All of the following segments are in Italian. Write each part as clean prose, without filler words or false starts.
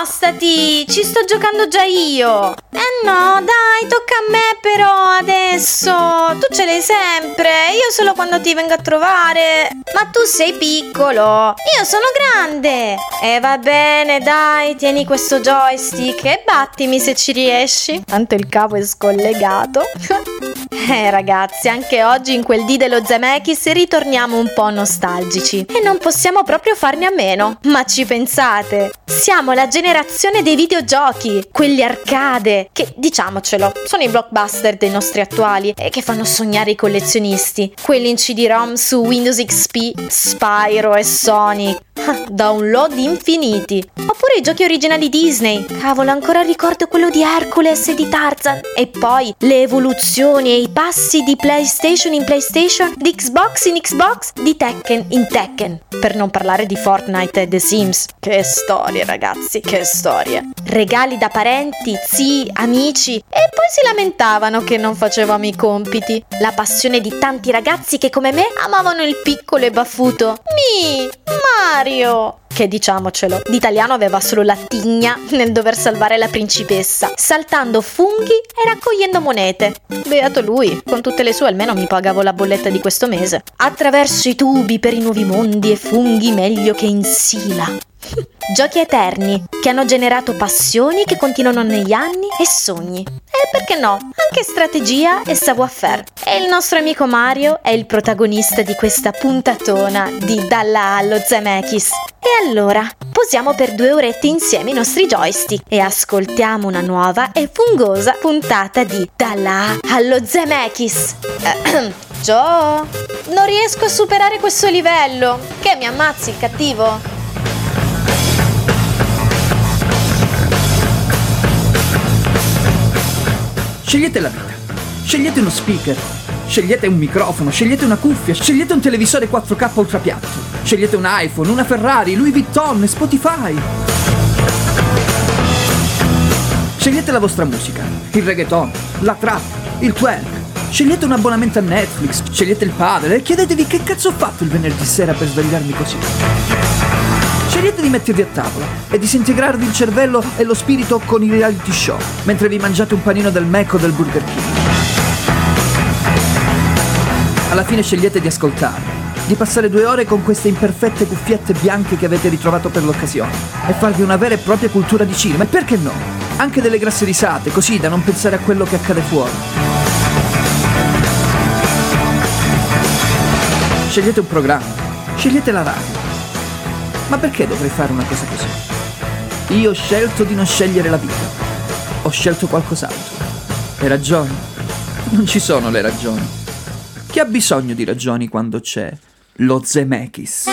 spostati, ci sto giocando già io. No, dai, tocca a me però adesso. Tu ce l'hai sempre, io solo quando ti vengo a trovare. Ma tu sei piccolo, io sono grande. Va bene, dai, tieni questo joystick e battimi se ci riesci. Tanto il cavo è scollegato. Ragazzi, anche oggi in quel dì dello Zemeckis ritorniamo un po' nostalgici e non possiamo proprio farne a meno. Ma ci pensate? Siamo la generazione dei videogiochi, quelli arcade, che diciamocelo, sono i blockbuster dei nostri attuali e che fanno sognare i collezionisti. Quelli in CD-ROM su Windows XP, Spyro e Sonic. Download infiniti. Oppure i giochi originali Disney. Cavolo, ancora ricordo quello di Hercules e di Tarzan. E poi le evoluzioni e i passi di PlayStation in PlayStation, di Xbox in Xbox, di Tekken in Tekken. Per non parlare di Fortnite e The Sims. Che storie, ragazzi, che storie. Regali da parenti, zii, amici. E poi si lamentavano che non facevamo i compiti. La passione di tanti ragazzi che come me amavano il piccolo e baffuto Mario, che diciamocelo, d'italiano aveva solo la tigna nel dover salvare la principessa, saltando funghi e raccogliendo monete. Beato lui, con tutte le sue almeno mi pagavo la bolletta di questo mese. Attraverso i tubi per i nuovi mondi e funghi meglio che in Sila. Giochi eterni che hanno generato passioni che continuano negli anni e sogni. E perché no, anche strategia e savoir-faire. E il nostro amico Mario è il protagonista di questa puntatona di Dalla A allo Zemeckis. E allora, posiamo per 2 orette insieme i nostri joystick e ascoltiamo una nuova e fungosa puntata di Dalla A allo Zemeckis. Joe, non riesco a superare questo livello. Che mi ammazzi il cattivo? Scegliete la vita, scegliete uno speaker, scegliete un microfono, scegliete una cuffia, scegliete un televisore 4K ultrapiatto, scegliete un iPhone, una Ferrari, Louis Vuitton e Spotify. Scegliete la vostra musica, il reggaeton, la trap, il twerk. Scegliete un abbonamento a Netflix, scegliete il padre e chiedetevi che cazzo ho fatto il venerdì sera per svegliarmi così. Scegliete di mettervi a tavola e disintegrarvi il cervello e lo spirito con i reality show, mentre vi mangiate un panino del Mac o del Burger King. Alla fine scegliete di ascoltare, di passare 2 ore con queste imperfette cuffiette bianche che avete ritrovato per l'occasione e farvi una vera e propria cultura di cinema. E perché no? Anche delle grasse risate, così da non pensare a quello che accade fuori. Scegliete un programma, scegliete la radio. Ma perché dovrei fare una cosa così? Io ho scelto di non scegliere la vita. Ho scelto qualcos'altro. Le ragioni? Non ci sono le ragioni. Chi ha bisogno di ragioni quando c'è lo Zemeckis?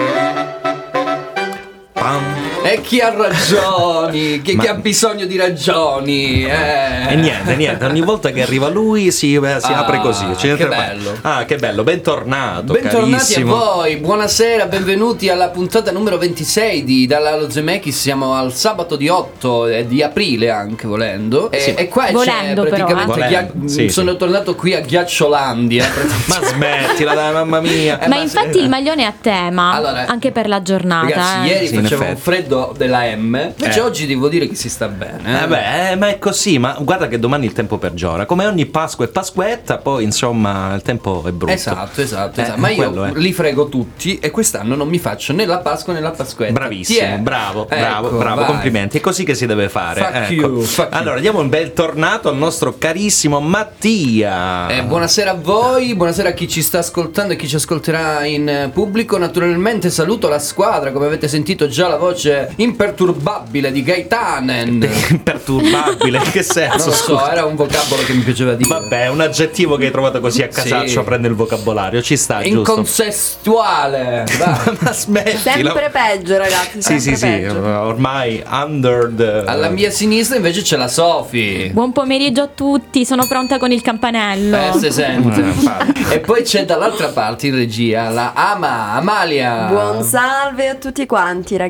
E chi ha ragioni? Chi ha bisogno di ragioni? E niente, ogni volta che arriva lui si apre così. Che bello. Che bello, bentornato. Bentornati carissimo. a voi, buonasera, benvenuti alla puntata numero 26 di Dalla allo Zemeckis. Siamo al sabato di 8 di aprile anche volendo. Sì. E qua Volendo, c'è praticamente però, sì, sono tornato qui a Ghiacciolandia. Ma smettila, dai, mamma mia. Ma infatti il maglione è a tema, Allora, anche per la giornata. Ragazzi, ieri Sì, in faceva un effetti. freddo della M. Invece oggi devo dire che si sta bene. Ma è così, ma guarda che domani il tempo peggiora. Come ogni Pasqua e Pasquetta, poi insomma il tempo è brutto. Esatto. Ma io li frego tutti e quest'anno non mi faccio né la Pasqua né la Pasquetta. Bravissimo, bravo, vai. complimenti. È così che si deve fare. Fuck you. Allora, diamo un bel tornato al nostro carissimo Mattia. Buonasera a voi, buonasera a chi ci sta ascoltando e chi ci ascolterà in pubblico. Naturalmente saluto la squadra, come avete sentito già la voce imperturbabile di Gaetanen. Imperturbabile, in che senso? Non lo so, scusa? era un vocabolo che mi piaceva dire. Vabbè, un aggettivo che hai trovato così a casaccio Sì. prende il vocabolario, ci sta, giusto? Incontestuale. Dai. Ma smettila. Sempre peggio, ragazzi. Sì, sempre sì, peggio. ormai under the... Alla mia sinistra invece c'è la Sofi. Buon pomeriggio a tutti, sono pronta con il campanello. Si sente. infatti. E poi c'è dall'altra parte in regia la Amalia. Buon salve a tutti quanti, ragazzi.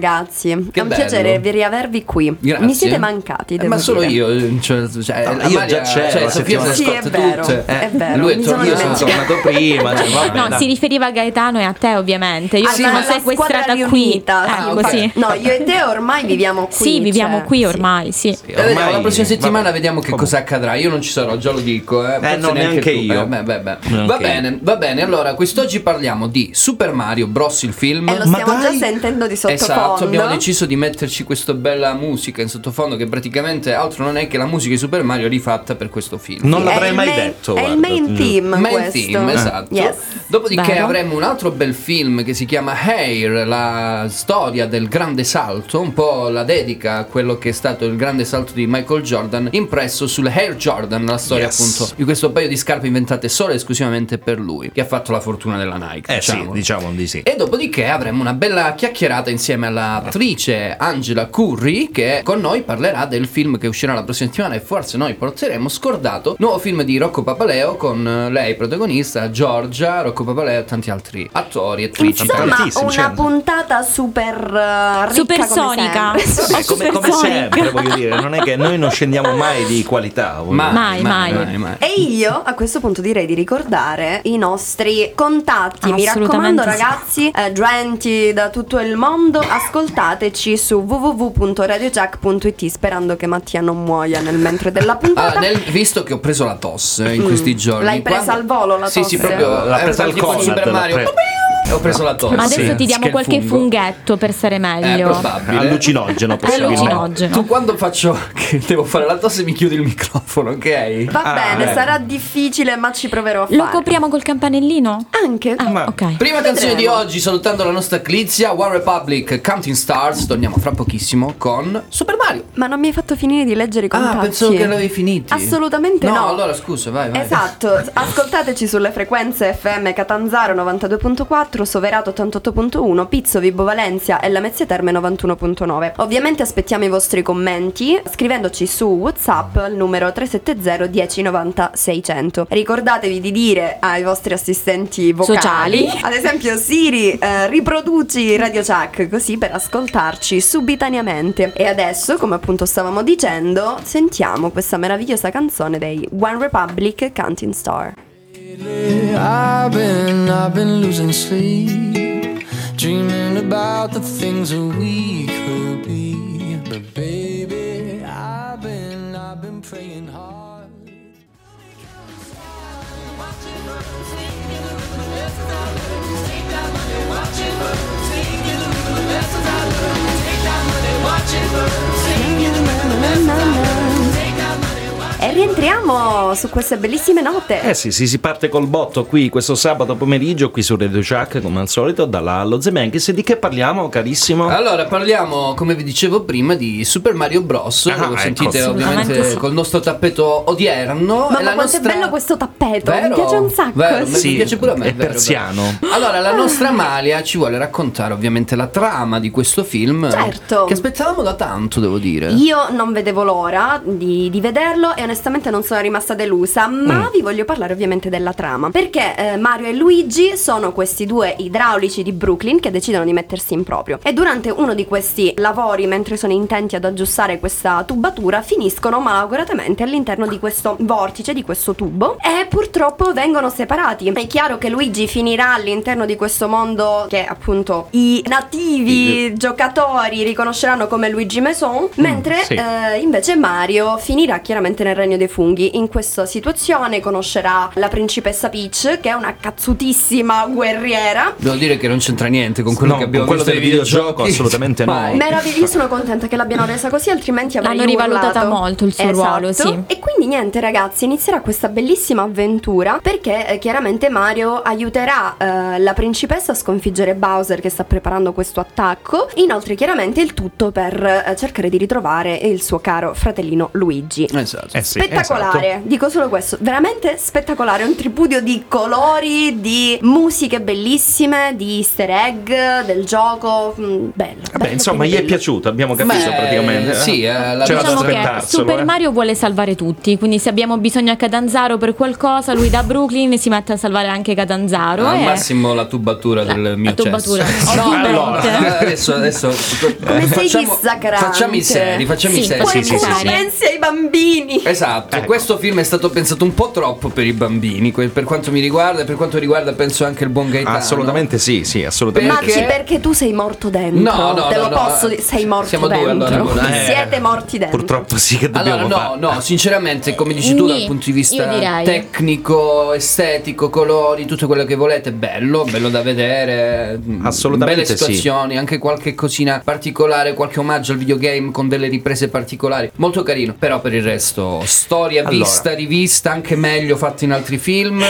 ragazzi. È un bello. piacere riavervi qui. Grazie. Mi siete mancati, devo Ma solo dire. io, cioè, io già c'ero la Sofia settimana si Sì, è ascolta vero, tutte. è vero. Lui è Mi sono Io sono dimenticata. tornato prima, cioè, vabbè, No, dai. si riferiva a Gaetano e a te, ovviamente. Io Sì, sono ma la sequestrata squadra qui. riunita, sì, Ecco, ok. sì. No, io e te ormai viviamo qui. Sì, viviamo cioè, qui sì. ormai, sì. Vediamo, la Ormai- prossima settimana vabbè. vediamo che cosa accadrà. Io non ci sarò, già lo dico. Forse no, neanche tu. io. Beh. Neanche Va bene. Allora, quest'oggi parliamo di Super Mario Bros. Il film. E lo Ma stiamo dai. già sentendo di sottofondo. Esatto, abbiamo deciso di metterci questa bella musica in sottofondo che praticamente altro non è che la musica di Super Mario rifatta per questo film. Non È l'avrei il mai main- detto. È il guarda, main ti giuro. theme Main questo. theme, esatto. Yes. Dopodiché Vero. avremo un altro bel film che si chiama Hair, la storia del grande salto, un po' la dedica a quello che è stato il grande salto di Michael Jordan, impresso sul Air Jordan, la storia Yes. appunto di questo paio di scarpe inventate solo e esclusivamente per lui, che ha fatto la fortuna della Nike. Sì, diciamo di sì. E dopodiché avremo una bella chiacchierata insieme all'attrice Angela Curry, che con noi parlerà del film che uscirà la prossima settimana e forse noi porteremo Scordato, nuovo film di Rocco Papaleo con lei protagonista, Giorgia, Rocco Papaleo e tanti altri attori e attrici. Insomma, Tantissimi, una certo. puntata super ricca Supersonica. come sempre. Come sempre, voglio dire, non è che noi non scendiamo mai di qualità. voglio dire. Mai. E io a questo punto direi di ricordare i nostri contatti. Mi raccomando, Assolutamente sì. ragazzi, genti da tutto il mondo, ascoltateci su www.radiojack.it, sperando che Mattia non muoia nel mentre della puntata. Allora, visto che ho preso la tosse in questi giorni. L'hai presa al volo la Sì, tosse? proprio. L'ha presa al tipo Conad, Super l'ha Mario. presa. Ho preso la tosse. Ma adesso Sì, ti diamo Che qualche fungo. funghetto per stare meglio. Probabile. Allucinogeno, possibilmente. Allucinogeno. Tu quando faccio che devo fare la tosse mi chiudi il microfono, ok? Va bene, beh. sarà difficile, ma ci proverò a fare. Lo copriamo col campanellino? Anche. Ah, ok. Prima canzone di Vedremo. oggi, salutando la nostra Clizia, One Republic, Counting Stars. Torniamo fra pochissimo con Super Mario. Ma non mi hai fatto finire di leggere i contatti. pensavo che l'avevi finiti. Assolutamente no. Allora scusa, vai. Esatto, ascoltateci sulle frequenze FM Catanzaro 92.4, Soverato 88.1, Pizzo, Vibo Valencia e Lamezia Terme 91.9. Ovviamente aspettiamo i vostri commenti scrivendoci su WhatsApp al numero 370 10 90 600. Ricordatevi di dire ai vostri assistenti vocali, Sociali. ad esempio Siri, riproduci Radio Chuck, così per ascoltarci subitaneamente. E adesso, come appunto stavamo dicendo, sentiamo questa meravigliosa canzone dei One Republic, Counting Star. I've been losing sleep, dreaming about the things that we could be. But baby, I've been praying hard. E rientriamo su queste bellissime note. Sì, si parte col botto qui questo sabato pomeriggio qui su Radio Chuck, come al solito, dalla Allo Zemeckis. Di che parliamo, carissimo? Allora, parliamo, come vi dicevo prima, di Super Mario Bros. Lo ecco. sentite Assolutamente ovviamente sì. col nostro tappeto odierno. Mamma, E la quanto nostra... è bello questo tappeto, Vero? mi piace un sacco. Vero, sì. mi piace pure a me. è vero, persiano. vero. Allora, la nostra Amalia ci vuole raccontare ovviamente la trama di questo film. Certo. Che aspettavamo da tanto, devo dire. Io non vedevo l'ora di vederlo e onestamente non sono rimasta delusa, ma vi voglio parlare ovviamente della trama, perché Mario e Luigi sono questi due idraulici di Brooklyn che decidono di mettersi in proprio e durante uno di questi lavori, mentre sono intenti ad aggiustare questa tubatura, finiscono malauguratamente all'interno di questo vortice, di questo tubo, e purtroppo vengono separati. È chiaro che Luigi finirà all'interno di questo mondo che appunto i nativi giocatori riconosceranno come Luigi Maison, mentre sì. invece Mario finirà chiaramente nel regno dei funghi. In questa situazione conoscerà la principessa Peach, che è una cazzutissima guerriera. Devo dire che non c'entra niente con quello No, che abbiamo con quello visto del nei videogioco, assolutamente no. Mai. Io sono contenta che l'abbiano resa così, altrimenti avrei L'hanno rivalutata urlato. molto il suo ruolo, sì. E quindi niente, ragazzi, inizierà questa bellissima avventura perché chiaramente Mario aiuterà la principessa a sconfiggere Bowser, che sta preparando questo attacco. Inoltre chiaramente il tutto per cercare di ritrovare il suo caro fratellino Luigi. Esatto. Sì. Spettacolare, Esatto. dico solo questo, veramente spettacolare, un tripudio di colori, di musiche bellissime, di easter egg del gioco, bello. Vabbè, insomma, gli è piaciuto, abbiamo capito praticamente. Sì, la C'era da Diciamo che aspettarselo, Super Mario vuole salvare tutti, quindi se abbiamo bisogno a Catanzaro per qualcosa, lui da Brooklyn si mette a salvare anche Catanzaro. al e massimo la tubatura del mio la tubatura, cesso. No, ovviamente. allora, adesso Come sei dissacrante. facciamo i seri, Sì, Poi sì, come sì. pensi ai bambini? Esatto, Ecco. questo film è stato pensato un po' troppo per i bambini, per quanto mi riguarda e per quanto riguarda penso anche il buon Gaetano. Assolutamente sì, assolutamente Perché? Maxi, perché tu sei morto dentro. No, Te lo no, posso dire, sei morto siamo due, dentro. allora, Siete morti dentro. Purtroppo sì, che dobbiamo Allora, fare. no, sinceramente, come dici tu, Nì, dal punto di vista io direi. tecnico, estetico, colori, tutto quello che volete, bello da vedere. Assolutamente belle situazioni, anche qualche cosina particolare, qualche omaggio al videogame con delle riprese particolari. Molto carino, però per il resto, storia Allora. vista, rivista, anche meglio fatto in altri film.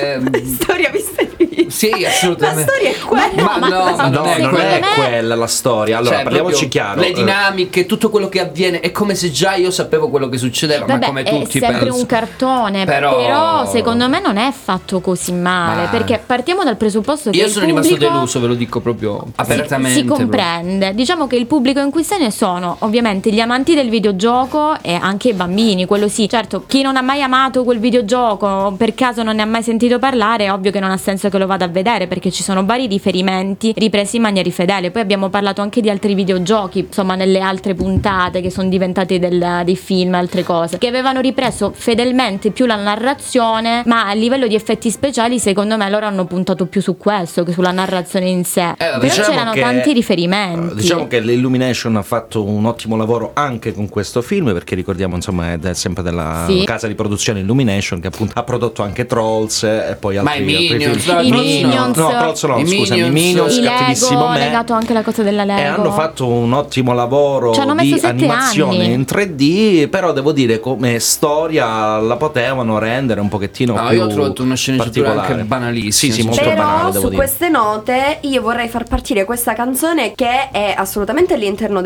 Storia vista e rivista. Sì, assolutamente. La storia è quella. Ma no, ma No, non è non quello. è quella la storia. Allora, Cioè, parliamoci proprio chiaro. Le dinamiche, tutto quello che avviene è come se già io sapevo quello che succedeva, Vabbè, ma come tutti è sempre penso. un cartone, Però- però secondo me non è fatto così male, Ma- perché partiamo dal presupposto che Io il sono rimasto pubblico deluso, ve lo dico proprio apertamente. si comprende. Diciamo che il pubblico in questione sono ovviamente gli amanti del videogioco e anche i bambini, quello sì. Certo, chi non ha mai amato quel videogioco, per caso non ne ha mai sentito parlare, è ovvio che non ha senso che lo vada a vedere, perché ci sono vari riferimenti ripresi in maniera fedele. Poi abbiamo parlato anche di altri videogiochi, insomma, nelle altre puntate che sono diventati dei film, altre cose, che avevano ripreso fedelmente più la narrazione, ma a livello di effetti speciali secondo me loro hanno puntato più su questo che sulla narrazione in sé. Però Diciamo c'erano che- tanti riferimenti. Diciamo che l'Illumination ha fatto un ottimo lavoro anche con questo film, perché ricordiamo insomma è sempre della Sì. casa di produzione Illumination, che appunto ha prodotto anche Trolls e poi Ma altri, i altri Minions, film. no, I Minions. No, Trolls no, I scusami, Minions. Minions, I cattivissimo Lego, me. legato anche alla cosa della Lego. E hanno fatto un ottimo lavoro Ci hanno messo di 7 animazione anni. in 3D, però devo dire come storia la potevano rendere un pochettino No, più io ho trovato una sceneggiatura particolare. anche banalissima. Sì, molto Però banale, devo su dire. queste note io vorrei far partire questa canzone che è assolutamente all'interno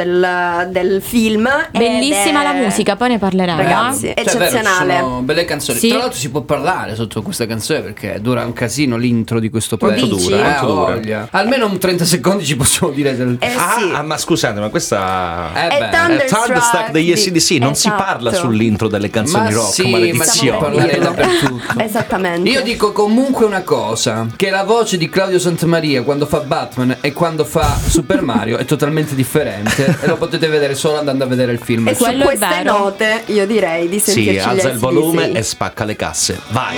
del film. Bellissima ed è- la musica, poi ne parleremo. Ragazzi, eh. Cioè, vero, eccezionale. ci sono belle canzoni. Sì. Tra l'altro si può parlare sotto questa canzone perché dura un casino l'intro di questo pezzo. Molto dura, molto dura. Voglia. Almeno un 30 secondi ci possiamo dire del... Sì. Ma scusate, ma questa Eh È beh, Thunderstruck degli AC/DC, non si Esatto. parla sull'intro delle canzoni ma rock, sì, ma si può maledizione. parlare dappertutto. Esattamente. Io dico comunque una cosa, che la voce di Claudio Santamaria quando fa Batman e quando fa Super Mario è totalmente differente e lo potete vedere solo andando a vedere il film. E su Quello è queste vero. note io direi di Sì, sentirci alza gli il volume AC/DC. e spacca le casse. Vai.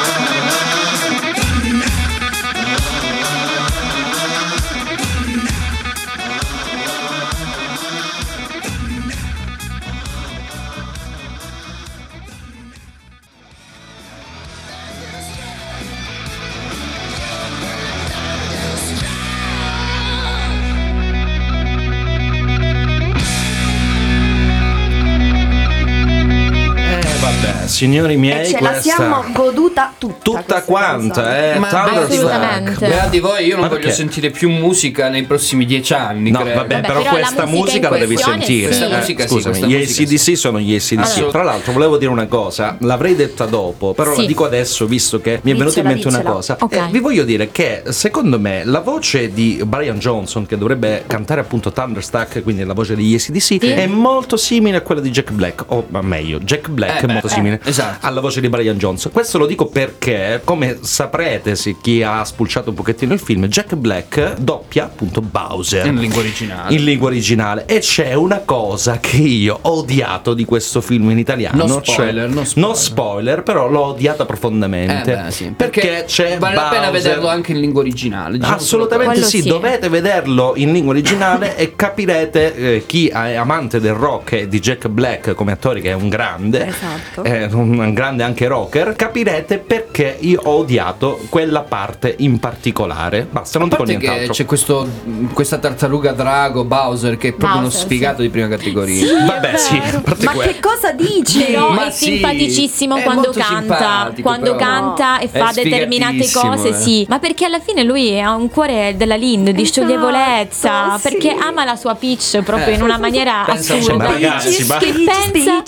Vabbè, signori miei, E ce la questa siamo goduta tutta tutta questa quanta, canzone. Ma Thunderstruck. assolutamente. Beati di voi, io non Ma voglio perché? sentire più musica nei prossimi 10 anni. No, credo. vabbè, Vabbè, però però la questa musica musica in la devi questione, sentire. sì. Questa musica sì, Scusami, questa gli musica AC/DC sono gli AC/DC. Allora. Tra l'altro, volevo dire una cosa, l'avrei detta dopo, però la Sì. dico adesso, visto che mi è venuta in mente una Diccela. cosa. Ok. Vi voglio dire che, secondo me, la voce di Brian Johnson, che dovrebbe cantare appunto Thunderstruck, quindi la voce degli AC/DC, è molto simile a quella di Jack Black, o meglio, Jack Black è molto simile esatto. alla voce di Brian Johnson. Questo lo dico perché, come saprete, se chi ha spulciato un pochettino il film, Jack Black doppia appunto Bowser In lingua originale. in lingua originale. E c'è una cosa che io ho odiato di questo film in italiano. No spoiler, cioè, no spoiler. no spoiler, però l'ho odiata profondamente. Beh, sì. Perché c'è vale la pena Bowser. vederlo anche in lingua originale. diciamo Assolutamente Quello sì, sì. dovete vederlo in lingua originale e capirete chi è amante del rock e di Jack Black come attore, che è un grande. Esatto. un grande anche rocker, capirete perché io ho odiato quella parte in particolare. Basta, non A dico parte che nient'altro. c'è questa tartaruga drago Bowser che è proprio uno Bowser, sfigato sì. di prima categoria. Vabbè, sì, a parte Ma quello. che cosa dici? Però Ma è sì, simpaticissimo è quando molto canta, simpatico, quando però. canta e È fa determinate sfigatissimo, cose, sì. Ma perché alla fine lui ha un cuore della Lind, di Esatto, scioglievolezza, sì. perché ama la sua Peach proprio in una maniera Pensa un po', assurda. ma ragazzi, ma- che pensa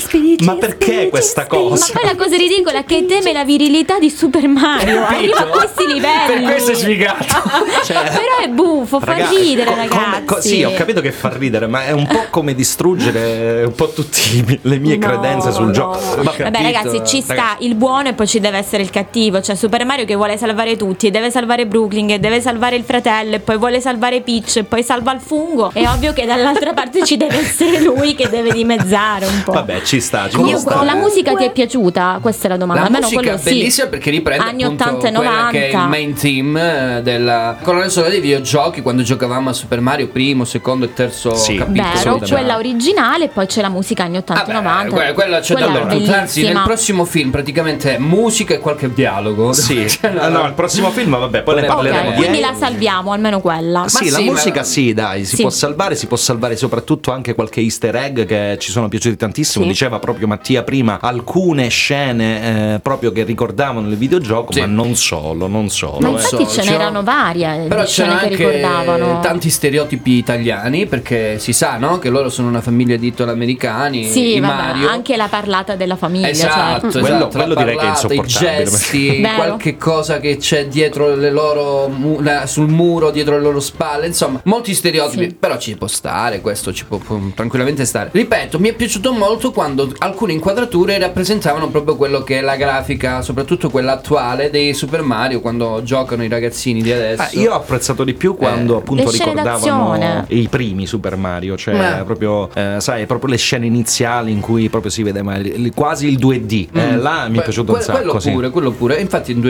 Ma perché questa cosa? Ma poi la cosa ridicola è che teme la virilità di Super Mario. Arriva a questi livelli. Per questo è sfigato. Cioè, Però è buffo, fa ragazzi, ridere, ragazzi. sì, ho capito che fa ridere, ma è un po' come distruggere un po' tutte le mie No, credenze sul no. gioco. Vabbè ragazzi, ci sta il buono e poi ci deve essere il cattivo. Cioè Super Mario che vuole salvare tutti, deve salvare Brooklyn, e deve salvare il fratello, e poi vuole salvare Peach, e poi salva il fungo. È ovvio che dall'altra parte ci deve essere lui che deve dimezzare un po'. Vabbè, ci sta. Ci Io- sta. la musica ti è piaciuta? Questa è la domanda. La Almeno musica quello è sì. bellissima perché riprende Anni appunto 80 e quella che è il 90. main theme della colonna sonora dei videogiochi quando giocavamo a Super Mario primo, secondo e terzo Sì. capitolo. Vero, assolutamente. quella originale e poi c'è la musica anni 80 e Vabbè, 90. quella c'è Quella è dappertutto. Anzi, nel bellissima. prossimo film praticamente musica e qualche dialogo. Sì, Cioè, no, il prossimo film, vabbè, poi ne Ok, parleremo Ok, di quindi la salviamo, almeno quella. Sì, Ma la sì, musica ma- sì, dai, Sì. si può salvare soprattutto anche qualche easter egg che ci sono piaciuti tantissimo. Sì. Diceva proprio Mattia prima alcune scene proprio che ricordavano il videogioco, Sì. ma non solo. Ma infatti so, ce c'era- n'erano varie Però di scene c'erano che anche ricordavano. tanti stereotipi italiani perché si sa, no? Che loro sono una famiglia di italo-americani. Sì, i vabbè, Mario. anche la parlata della famiglia. Esatto, cioè. Quello- esatto, quello la direi che è parlata, i insopportabile. gesti, Vero. qualche cosa che c'è dietro le loro sul muro, dietro le loro spalle, insomma, molti stereotipi, Sì. però ci può stare, questo ci può tranquillamente stare. Ripeto, mi è piaciuto molto quando alcune inquadrature rappresentavano proprio quello che è la grafica, soprattutto quella attuale dei Super Mario quando giocano i ragazzini di adesso. Io ho apprezzato di più quando appunto le scene ricordavano d'azione. i primi Super Mario, cioè proprio sai, proprio le scene iniziali in cui proprio si vede quasi il 2D. Là mi è piaciuto un sacco, sì. Quello pure. Infatti in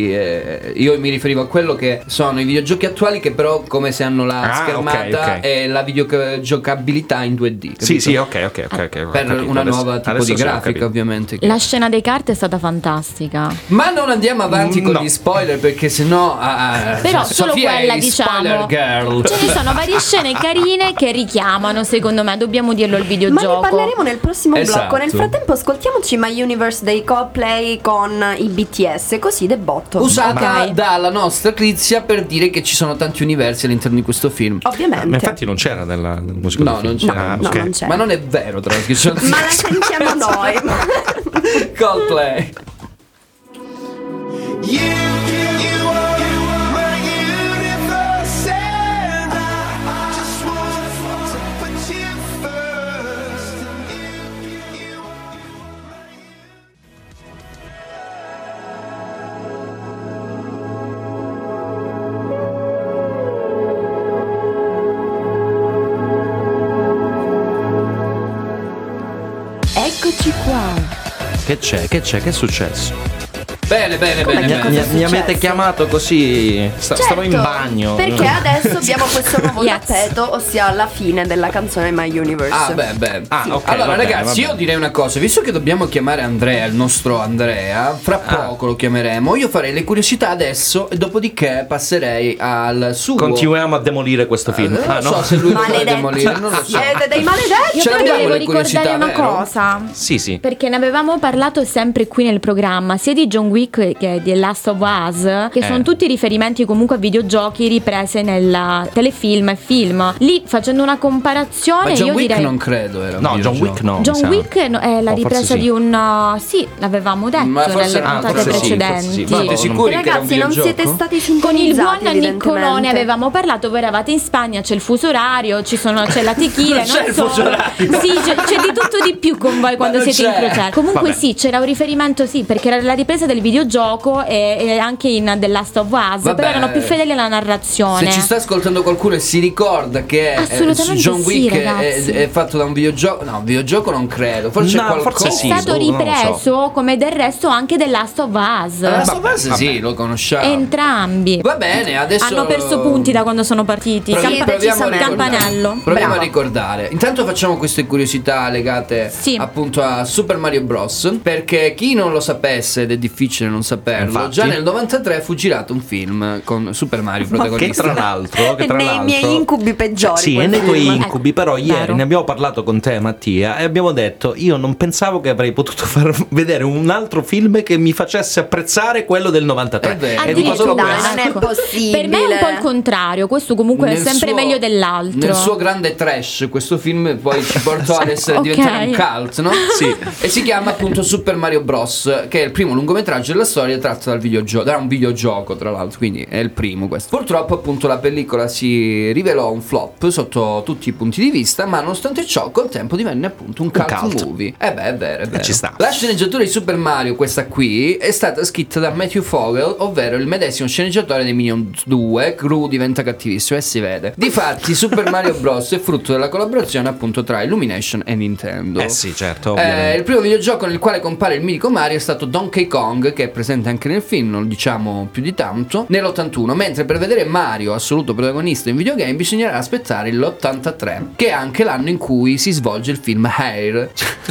2D io mi riferivo a quello che sono i videogiochi attuali che però come se hanno la schermata ok. e la videogiocabilità in 2D. Sì, capito? sì, ok. ho Per capito. una Adesso- nuova tipo adesso di sì, ho grafica, capito. ovviamente. La scena dei kart è stata fantastica. Ma non andiamo avanti con No. gli spoiler perché sennò Però solo Sofia quella, è spoiler diciamo. girl. Ce ne sono varie scene carine che richiamano, secondo me, dobbiamo dirlo, il Ma videogioco. ne parleremo nel prossimo Esatto. blocco. Nel frattempo ascoltiamoci My Universe dei Coldplay con i BTS, così debotto. Usata Ok. dalla nostra Crizia per dire che ci sono tanti universi all'interno di questo film. Ovviamente. Ma infatti non c'era nella musica No, del non film. c'era. Ah, No, ok. non c'è. Ma non è vero, tra l'altro, che ci sono Ma la sentiamo noi. Coldplay. Eccoci qua. Che c'è? Che è successo? Bene, bene, Come bene, che bene. cosa è Mi avete successo? chiamato così. Stavo in Certo, bagno. Perché adesso abbiamo questo nuovo Yes. tappeto, ossia la fine della canzone My Universe. Ah, beh. Ah, ok, Allora, va bene, ragazzi, va io bene. direi una cosa: visto che dobbiamo chiamare Andrea, il nostro Andrea, fra poco lo chiameremo. Io farei le curiosità adesso e dopodiché passerei al suo. Continuiamo a demolire questo film. Non so se lui lo vuole Maledetti. demolire, non lo so. Siete dei maledetti. Io Ce però l'abbiamo volevo le curiosità, ricordare una vero? cosa. Sì. Perché ne avevamo parlato sempre qui nel programma, sia di John Wick che di Last of Us, che sono tutti riferimenti comunque a videogiochi riprese nel telefilm e film. Lì facendo una comparazione, Ma John io Wick direi non credo era un No, John videogioco. Wick no. John mi sa. Wick è la O ripresa forse sì. di un sì, l'avevamo detto Ma forse- nelle puntate forse sì, precedenti. forse sì. Ma siete sicuri che era un Ragazzi, non videogioco? siete stati Con il sintonizzati buon Niccolone evidentemente. avevamo parlato, voi eravate in Spagna, c'è il fuso orario, c'è la tequila, Non c'è non il so. fuso orario. Sì, c'è di tutto di più con voi quando non siete in c'è. crociera. Comunque Vabbè. sì, c'era un riferimento, sì, perché era la ripresa del videogioco e anche in The Last of Us. Vabbè, però erano più fedeli alla narrazione. Se ci sta ascoltando qualcuno e si ricorda che Assolutamente John sì, Wick ragazzi. è fatto da un videogioco, no, un videogioco non credo, forse No, qualcosa. forse È sì, stato non lo so. ripreso come del resto anche The Last of Us. Last of Us sì, lo conosciamo. Entrambi Va bene, adesso hanno perso punti da quando sono partiti. Proviamo a decisamente. ricordare. Campanello. Proviamo Brava. a ricordare. Intanto facciamo queste curiosità legate Sì. appunto a Super Mario Bros. Perché chi non lo sapesse, ed è difficile non saperlo, Infatti. già nel 93 fu girato un film con Super Mario Che protagonista. tra l'altro, Nei miei incubi peggiori. Sì, quel è nei tuoi film. incubi, però ieri vero. ne abbiamo parlato con te, Mattia, e abbiamo detto: io non pensavo che avrei potuto far vedere un altro film che mi facesse apprezzare quello del 93. È vero. E dico solo Dai, questo. non è possibile. Per me è un po' il contrario. Questo comunque è sempre meglio dell'altro. Nel suo grande trash, questo film poi ci portò ad essere Ok. diventare un cult, no? Sì. E si chiama appunto Super Mario Bros. Che è il primo lungometraggio della storia tratto dal videogioco. Da un videogioco, tra l'altro, quindi è il primo questo. Purtroppo, appunto, la pellicola si rivelò un flop sotto tutti i punti di vista, ma nonostante ciò, col tempo divenne appunto un cult movie. È vero, è vero. Ci sta. La sceneggiatura di Super Mario, questa qui, è stata scritta da Matthew Fogel, ovvero il medesimo sceneggiatore dei Minions 2. Gru diventa cattivissimo e si vede. Difatti, Super Mario Bros. È frutto della collaborazione appunto tra Illumination e Nintendo. Eh sì, certo, ovviamente. Il primo videogioco nel quale compare il mitico Mario è stato Donkey Kong, che è presente anche nel film, non lo diciamo più di tanto, nell'81, mentre per vedere Mario assoluto protagonista in videogame bisognerà aspettare l'83, che è anche l'anno in cui si svolge il film Hair.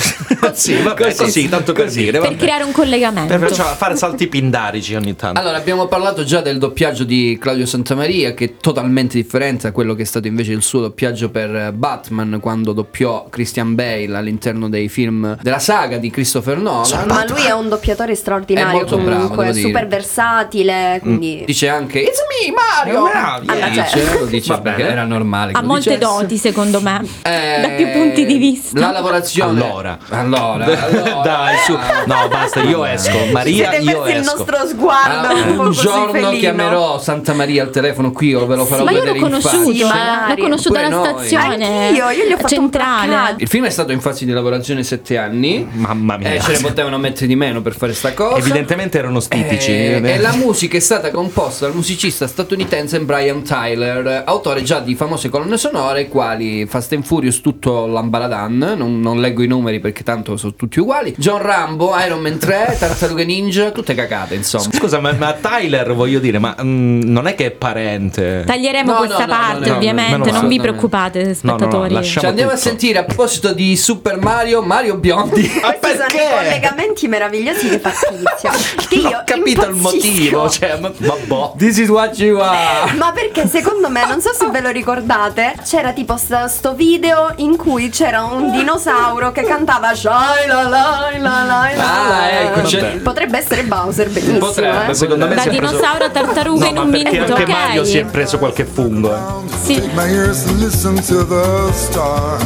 Sì, vabbè, così, tanto per dire. Per vabbè. creare un collegamento. Per fare salti pindarici ogni tanto. Allora, abbiamo parlato già del doppiaggio di Claudio Santamaria, che è totalmente differente da quello che è stato invece il suo doppiaggio per Batman, quando doppiò Christian Bale all'interno dei film della saga di Christopher Nolan. Ma lui è un doppiatore straordinario, È molto bravo, comunque, devo dire. super versatile, quindi Dice anche It's me Mario. Alla Lo dice Va perché bene. era normale che Ha lo molte dicesse. doti, secondo me, da più punti di vista. La lavorazione. Allora. Dai, su. No, basta, io esco. Maria, siete io persi il esco. nostro sguardo un po' Un così giorno felino. chiamerò Santa Maria al telefono qui o ve lo farò Ma io l'ho vedere in conosciuto, Sì, faccia. magari. l'ho conosciuto Pure alla noi. stazione Anch'io, io gli ho fatto un centrale. placcato. Il film è stato in fase di lavorazione 7 anni. Mamma mia. Ce ne potevano mettere di meno per fare sta cosa. Evidentemente erano stitici. E la musica è stata composta dal musicista statunitense Brian Tyler, autore già di famose colonne sonore quali Fast and Furious, tutto l'ambaradan, non leggo i numeri perché tanto sono tutti uguali, John Rambo, Iron Man 3, Tartarughe Ninja, tutte cacate insomma. Scusa, ma Tyler, voglio dire, ma non è che è parente. Taglieremo No, questa no, no, parte, no, no, ovviamente, meno non male. vi preoccupate, spettatori. lasciamo Ci andiamo a tutto. sentire a proposito di Super Mario Biondi. Questi sono i collegamenti meravigliosi che fa Tizia. Che Non io ho capito il impazzisco. motivo, cioè, vabbè. This is what you are. Ma perché secondo me, non so se ve lo ricordate, c'era tipo sto video in cui c'era un dinosauro che cantava Shai la la la la la. Ah, ecco, c'è- Potrebbe essere Bowser, benissimo. Potrebbe, Secondo me Da si è preso- dinosauro a tartaruga No, in ma un perché minuto, anche ok? Mario si è preso qualche fungo. Sì. Take my ears and listen to the stars.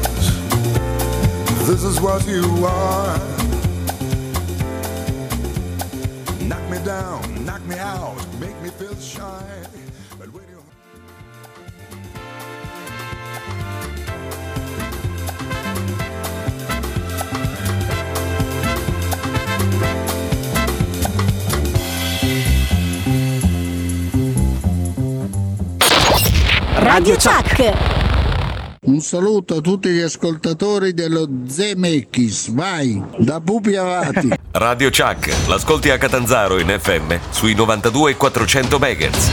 This is what you are. Knock me down, knock me out, make me feel shy. But when you Radio Chuck. Un saluto a tutti gli ascoltatori dello Zemeckis, vai, da Pupi Avati. Radio Chuck, l'ascolti a Catanzaro in FM sui 92.400 MHz.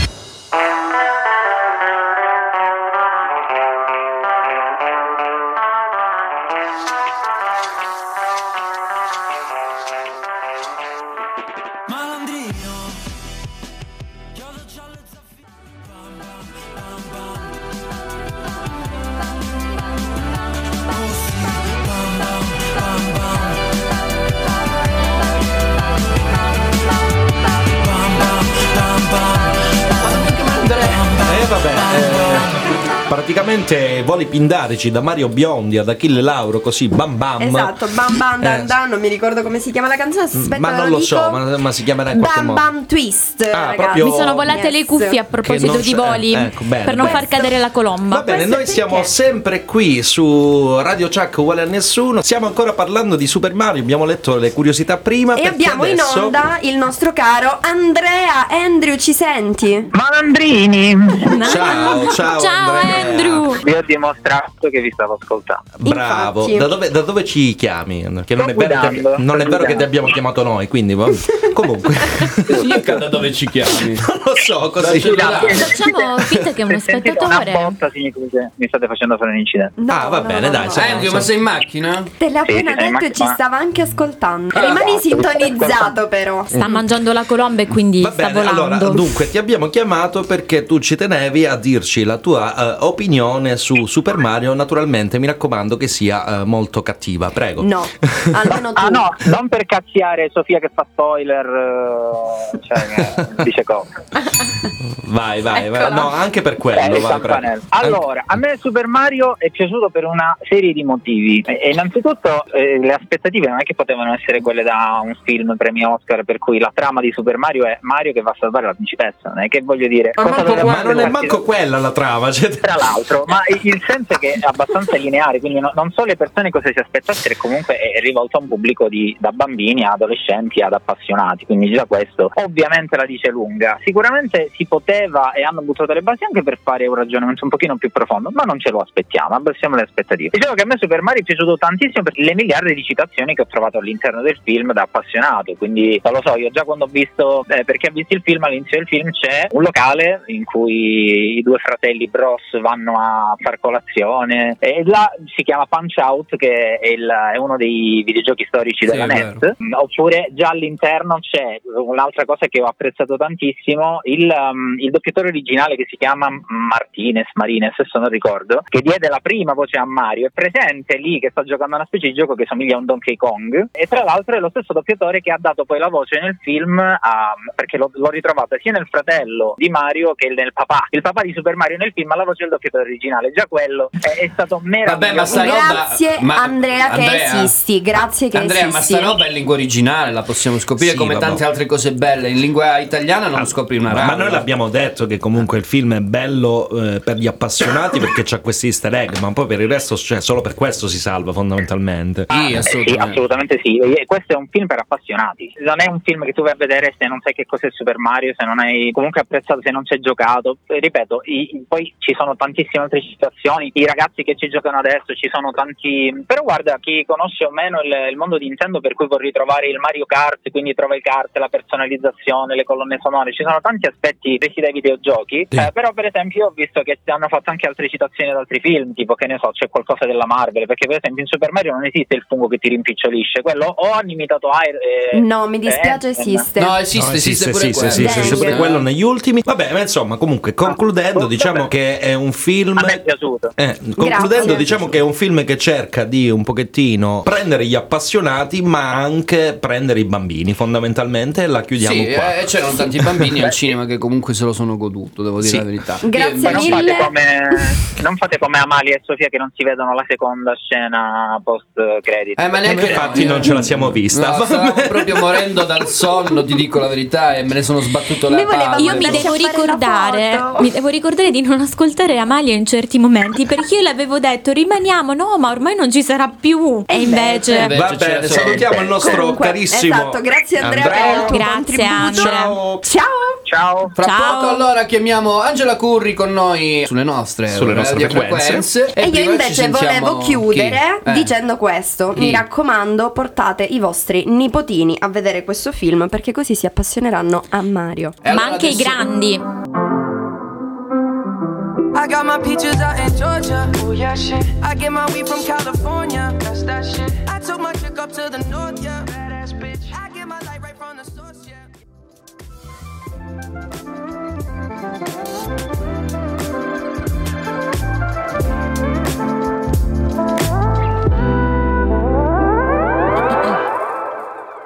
praticamente voli pindarici da Mario Biondi ad Achille Lauro, così bam bam. Esatto, bam bam dan dan, non mi ricordo come si chiama la canzone, aspetta, ma non lo so, ma si chiamerà in qualche Bam modo. Bam Twist, ragazzi. proprio- Mi sono volate le cuffie a Che proposito non di c'è- voli ecco, bene, per non bene. far cadere la colomba. Va bene, questo noi perché? siamo sempre qui su Radio Chuck uguale a nessuno. Stiamo ancora parlando di Super Mario, abbiamo letto le curiosità prima. E perché abbiamo adesso... in onda il nostro caro Andrea. Andrew, ci senti? Malandrini, Ciao, ciao, Ciao Andrea. Andrew. vi ho dimostrato che vi stavo ascoltando. Bravo. Infatti. Da dove ci chiami? Che non Sto è vero che, guidando, non è sto vero che ti guidando. abbiamo chiamato noi, quindi comunque Da dove ci chiami? non lo so, così. Facciamo finta che è uno Se sentite una spettatore. botta significa che mi state facendo fare un incidente. No, va bene, dai, sai. Andrew, ma sei in macchina? Te l'ha Sì, appena sì, detto e ci ma- stava anche ascoltando. Rimani sintonizzato però. Sta mangiando la colomba e quindi Va sta bene, volando. allora, dunque ti abbiamo chiamato perché tu ci tenevi a dirci la tua opinione su Super Mario. Naturalmente mi raccomando che sia molto cattiva, prego. No, almeno tu. Ah no, non per cazziare Sofia che fa spoiler, cioè che dice cose. Vai. Eccola. No, anche per quello. Il vai, campanello. prego. Allora, a me Super Mario è piaciuto per una serie di motivi. E innanzitutto le aspettative non è che potevano essere quelle da un film premio Oscar, per cui la trama di Super Mario è Mario che va a salvare la principessa, non è che voglio dire Ma non è manco quella la trama, cioè... tra l'altro, ma il senso è che è abbastanza lineare, quindi non so le persone cosa si aspettassero, e comunque è rivolto a un pubblico da bambini a adolescenti ad appassionati, quindi già questo ovviamente la dice lunga. Sicuramente si poteva, e hanno buttato le basi anche per fare un ragionamento un pochino più profondo, ma non ce lo aspettiamo, abbassiamo le aspettative. Dicevo che a me Super Mario è piaciuto tantissimo per le miliardi di citazioni che ho trovato all'interno del film da appassionato, quindi non lo so, io già quando ho visto, perché ho visto il film, all'inizio del film c'è un locale in cui i due fratelli Bros vanno a far colazione, e là si chiama Punch Out, che è uno dei videogiochi storici della è NES. Oppure già all'interno c'è un'altra cosa che ho apprezzato tantissimo, il doppiatore originale che si chiama Martinez, adesso non ricordo, che diede la prima voce a Mario, è presente lì che sta giocando a una specie di gioco che somiglia a un Donkey Kong, e tra l'altro è lo stesso doppiatore che ha dato poi la voce nel film perché l'ho ritrovata sia nel fratello di Mario che nel papà. Il papà di Super Mario nel film ha la voce del doppiatore originale, già quello è stato meraviglioso. Vabbè, ma sta roba... Grazie ma- Andrea che esisti, grazie che Andrea, esisti. ma sta roba è in lingua originale, la possiamo scoprire Sì, come vabbè. tante altre cose belle. In lingua italiana non scopri una Ma rana. noi l'abbiamo detto che comunque il film è bello per gli appassionati perché c'ha questi easter egg, ma poi per il resto, cioè, solo per questo si salva fondamentalmente. Sì, Sì, assolutamente sì. E questo è un film per appassionati. Non è un film che tu vai a vedere se non sai che cos'è Super Mario, se non hai comunque apprezzato, se non ci hai giocato. Ripeto, poi ci sono tantissime altre situazioni. I ragazzi che ci giocano adesso, ci sono tanti. Però guarda, chi conosce o meno il mondo di Nintendo, per cui può ritrovare il Mario Kart, quindi trova il kart, la personalizzazione, le colonne sonore. Ci sono tanti aspetti presi dai videogiochi. Però per esempio ho visto che hanno fatto anche altre citazioni ad altri film, tipo che ne so, c'è qualcosa della Marvel, perché per esempio in Super Mario non esiste il fungo che ti rimpicciolisce, quello o hanno imitato No, mi dispiace, esiste. No, esiste pure quello. Esiste pure quello negli ultimi. Vabbè, ma insomma, comunque concludendo, diciamo che è un film. A me è piaciuto. Concludendo, Grazie. diciamo che è un film che cerca di un pochettino prendere gli appassionati, ma anche prendere i bambini, fondamentalmente, e la chiudiamo Sì, qua. c'erano tanti bambini al cinema che comunque se lo sono goduto, devo dire Sì. la verità. Grazie Non mille. non fate come Amalia e Sofia che non si vedono la seconda scena post credit. Ma neanche Infatti non ce la siamo vista. No, stavo proprio morendo dal sonno, ti dico la verità, e me ne sono sbattuto la Mi voleva palla. Io mi Lascia devo fare la ricordare, foto. mi devo ricordare di non ascoltare Amalia in certi momenti, perché io le avevo detto rimaniamo, no, ma ormai non ci sarà più. E invece invece Va c'era bene, solo- salutiamo il nostro Comunque, carissimo esatto, grazie Andrea per il tuo Grazie, contributo. Andrea. Ciao. Ciao. Ciao. Fra Ciao. poco allora chiamiamo Angela Curri con noi sulle nostre frequenze. E io prima ci invece sentiamo volevo chiudere chi? dicendo questo. Chi? Mi raccomando, portate i vostri nipotini a vedere questo film, perché così si appassioneranno a Mario. E allora ma anche adesso- i grandi. I got my peaches out in Georgia. Oh yeah, shit. I get my weed from California. That's that shit. I took my chick up to the north, yeah. Badass bitch. I get my light right from the source, yeah.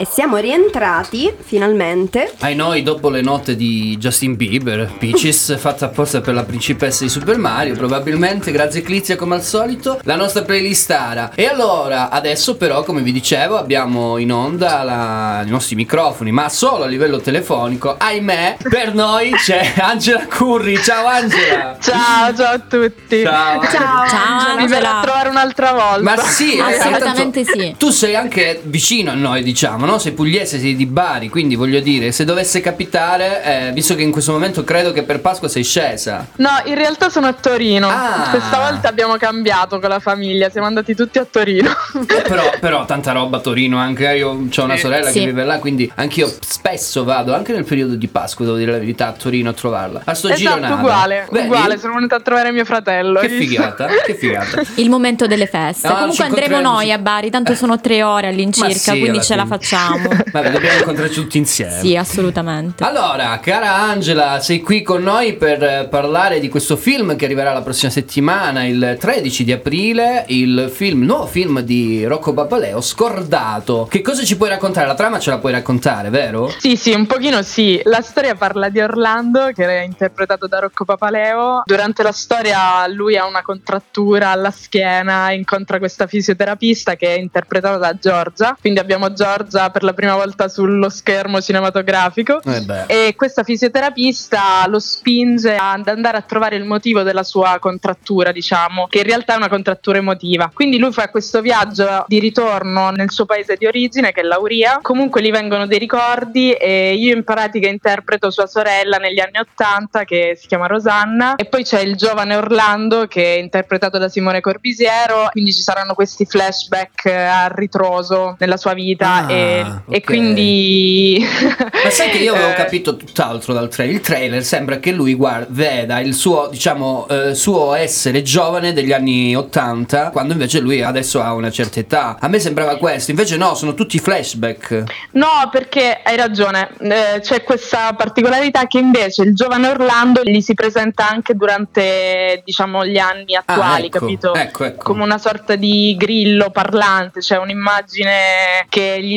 E siamo rientrati finalmente. Ai noi, dopo le note di Justin Bieber, Peaches, fatta apposta per la principessa di Super Mario, probabilmente, grazie Clizia come al solito, la nostra playlist ara. E allora, adesso però, come vi dicevo, abbiamo in onda i nostri microfoni, ma solo a livello telefonico. Ahimè, per noi c'è Angela Curri. Ciao Angela! Ciao a tutti. Ciao. Ciao, Mi verrò a trovare un'altra volta. Ma sì, assolutamente sì. Tu sei anche vicino a noi, diciamo, no? Sei pugliese, sei di Bari, quindi voglio dire, se dovesse capitare, visto che in questo momento credo che per Pasqua sei scesa. No, in realtà sono a Torino. Ah. Questa volta abbiamo cambiato con la famiglia, siamo andati tutti a Torino. Però tanta roba a Torino anche. Io ho una sorella che vive là, quindi anch'io spesso vado, anche nel periodo di Pasqua, devo dire la verità, a Torino a trovarla. A sto giro nada. Uguale, sono venuta a trovare mio fratello. Che figata, che figata. Il momento delle feste. No, comunque andremo noi a Bari, tanto sono 3 ore all'incirca, quindi ce la facciamo. Vabbè, dobbiamo incontrarci tutti insieme. Sì, assolutamente. Allora, cara Angela, sei qui con noi per parlare di questo film che arriverà la prossima settimana, il 13 di aprile, il nuovo film di Rocco Papaleo, Scordato. Che cosa ci puoi raccontare? La trama ce la puoi raccontare, vero? Sì, un pochino sì. La storia parla di Orlando, che è interpretato da Rocco Papaleo. Durante la storia lui ha una contrattura alla schiena, incontra questa fisioterapista che è interpretata da Giorgia. Quindi abbiamo Giorgia per la prima volta sullo schermo cinematografico. E questa fisioterapista lo spinge ad andare a trovare il motivo della sua contrattura, diciamo, che in realtà è una contrattura emotiva. Quindi lui fa questo viaggio di ritorno nel suo paese di origine, che è Lauria. Comunque gli vengono dei ricordi e io in pratica interpreto sua sorella negli anni '80, che si chiama Rosanna, e poi c'è il giovane Orlando che è interpretato da Simone Corbisiero. Quindi ci saranno questi flashback a ritroso nella sua vita e quindi ma sai che io avevo capito tutt'altro dal trailer. Il trailer sembra che lui veda il suo, diciamo, suo essere giovane degli anni '80, quando invece lui adesso ha una certa età. A me sembrava questo, invece no, sono tutti flashback. No, perché hai ragione, c'è questa particolarità che invece il giovane Orlando gli si presenta anche durante, diciamo, gli anni attuali, ecco, capito? Ecco. Come una sorta di grillo parlante, cioè un'immagine che gli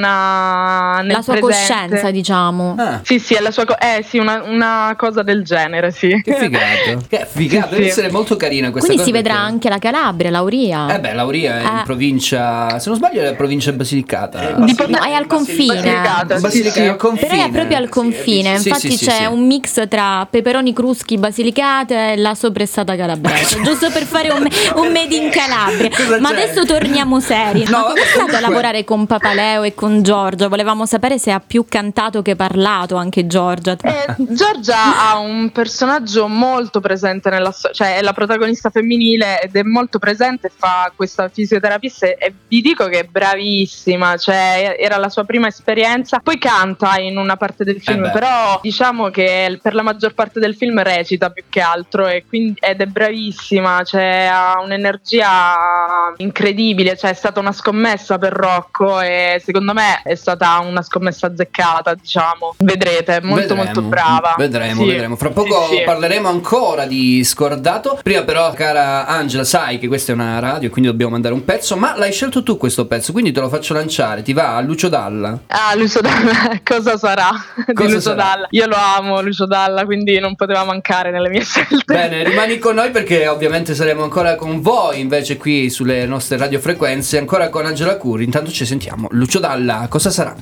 torna nel la sua presente. coscienza, diciamo. Sì, è la sua una cosa del genere, sì. Che figato. Che figato, deve essere molto carina questa Quindi cosa. Si vedrà anche la Calabria, Lauria. Lauria è in provincia, se non sbaglio è la provincia Basilicata. No, è al confine. Basilicata è al confine. Però è proprio al confine. Infatti c'è un mix tra peperoni cruschi Basilicata e la sopressata calabrese, giusto per fare un made in Calabria. Ma adesso torniamo seri. No, come è stato a lavorare con Papaleo e con Giorgia? Volevamo sapere se ha più cantato che parlato anche Giorgia. Giorgia ha un personaggio molto presente nella storia, cioè è la protagonista femminile ed è molto presente, fa questa fisioterapista e vi dico che è bravissima, cioè era la sua prima esperienza. Poi canta in una parte del film, però diciamo che per la maggior parte del film recita più che altro ed è bravissima, cioè ha un'energia incredibile, cioè è stata una scommessa per Rocco e secondo me è stata una scommessa azzeccata, diciamo. Vedrete, molto brava. Vedremo. Fra poco parleremo ancora di Scordato. Prima però, cara Angela, sai che questa è una radio e quindi dobbiamo mandare un pezzo, ma l'hai scelto tu questo pezzo, quindi te lo faccio lanciare. Ti va? Lucio Dalla? Lucio Dalla, cosa sarà? Di Lucio Dalla. Io lo amo Lucio Dalla, quindi non poteva mancare nelle mie scelte. Bene, rimani con noi perché ovviamente saremo ancora con voi invece qui sulle nostre radiofrequenze, ancora con Angela Curri. Intanto ci sentiamo. Lucio Dalla, cosa sarà?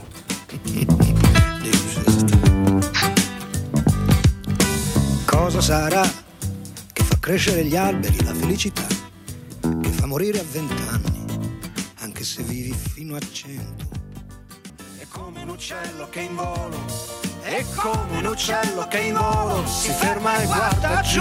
Cosa sarà che fa crescere gli alberi, la felicità, che fa morire a 20 anni, anche se vivi fino a 100. È come un uccello che in volo, è come un uccello che in volo si ferma e guarda giù.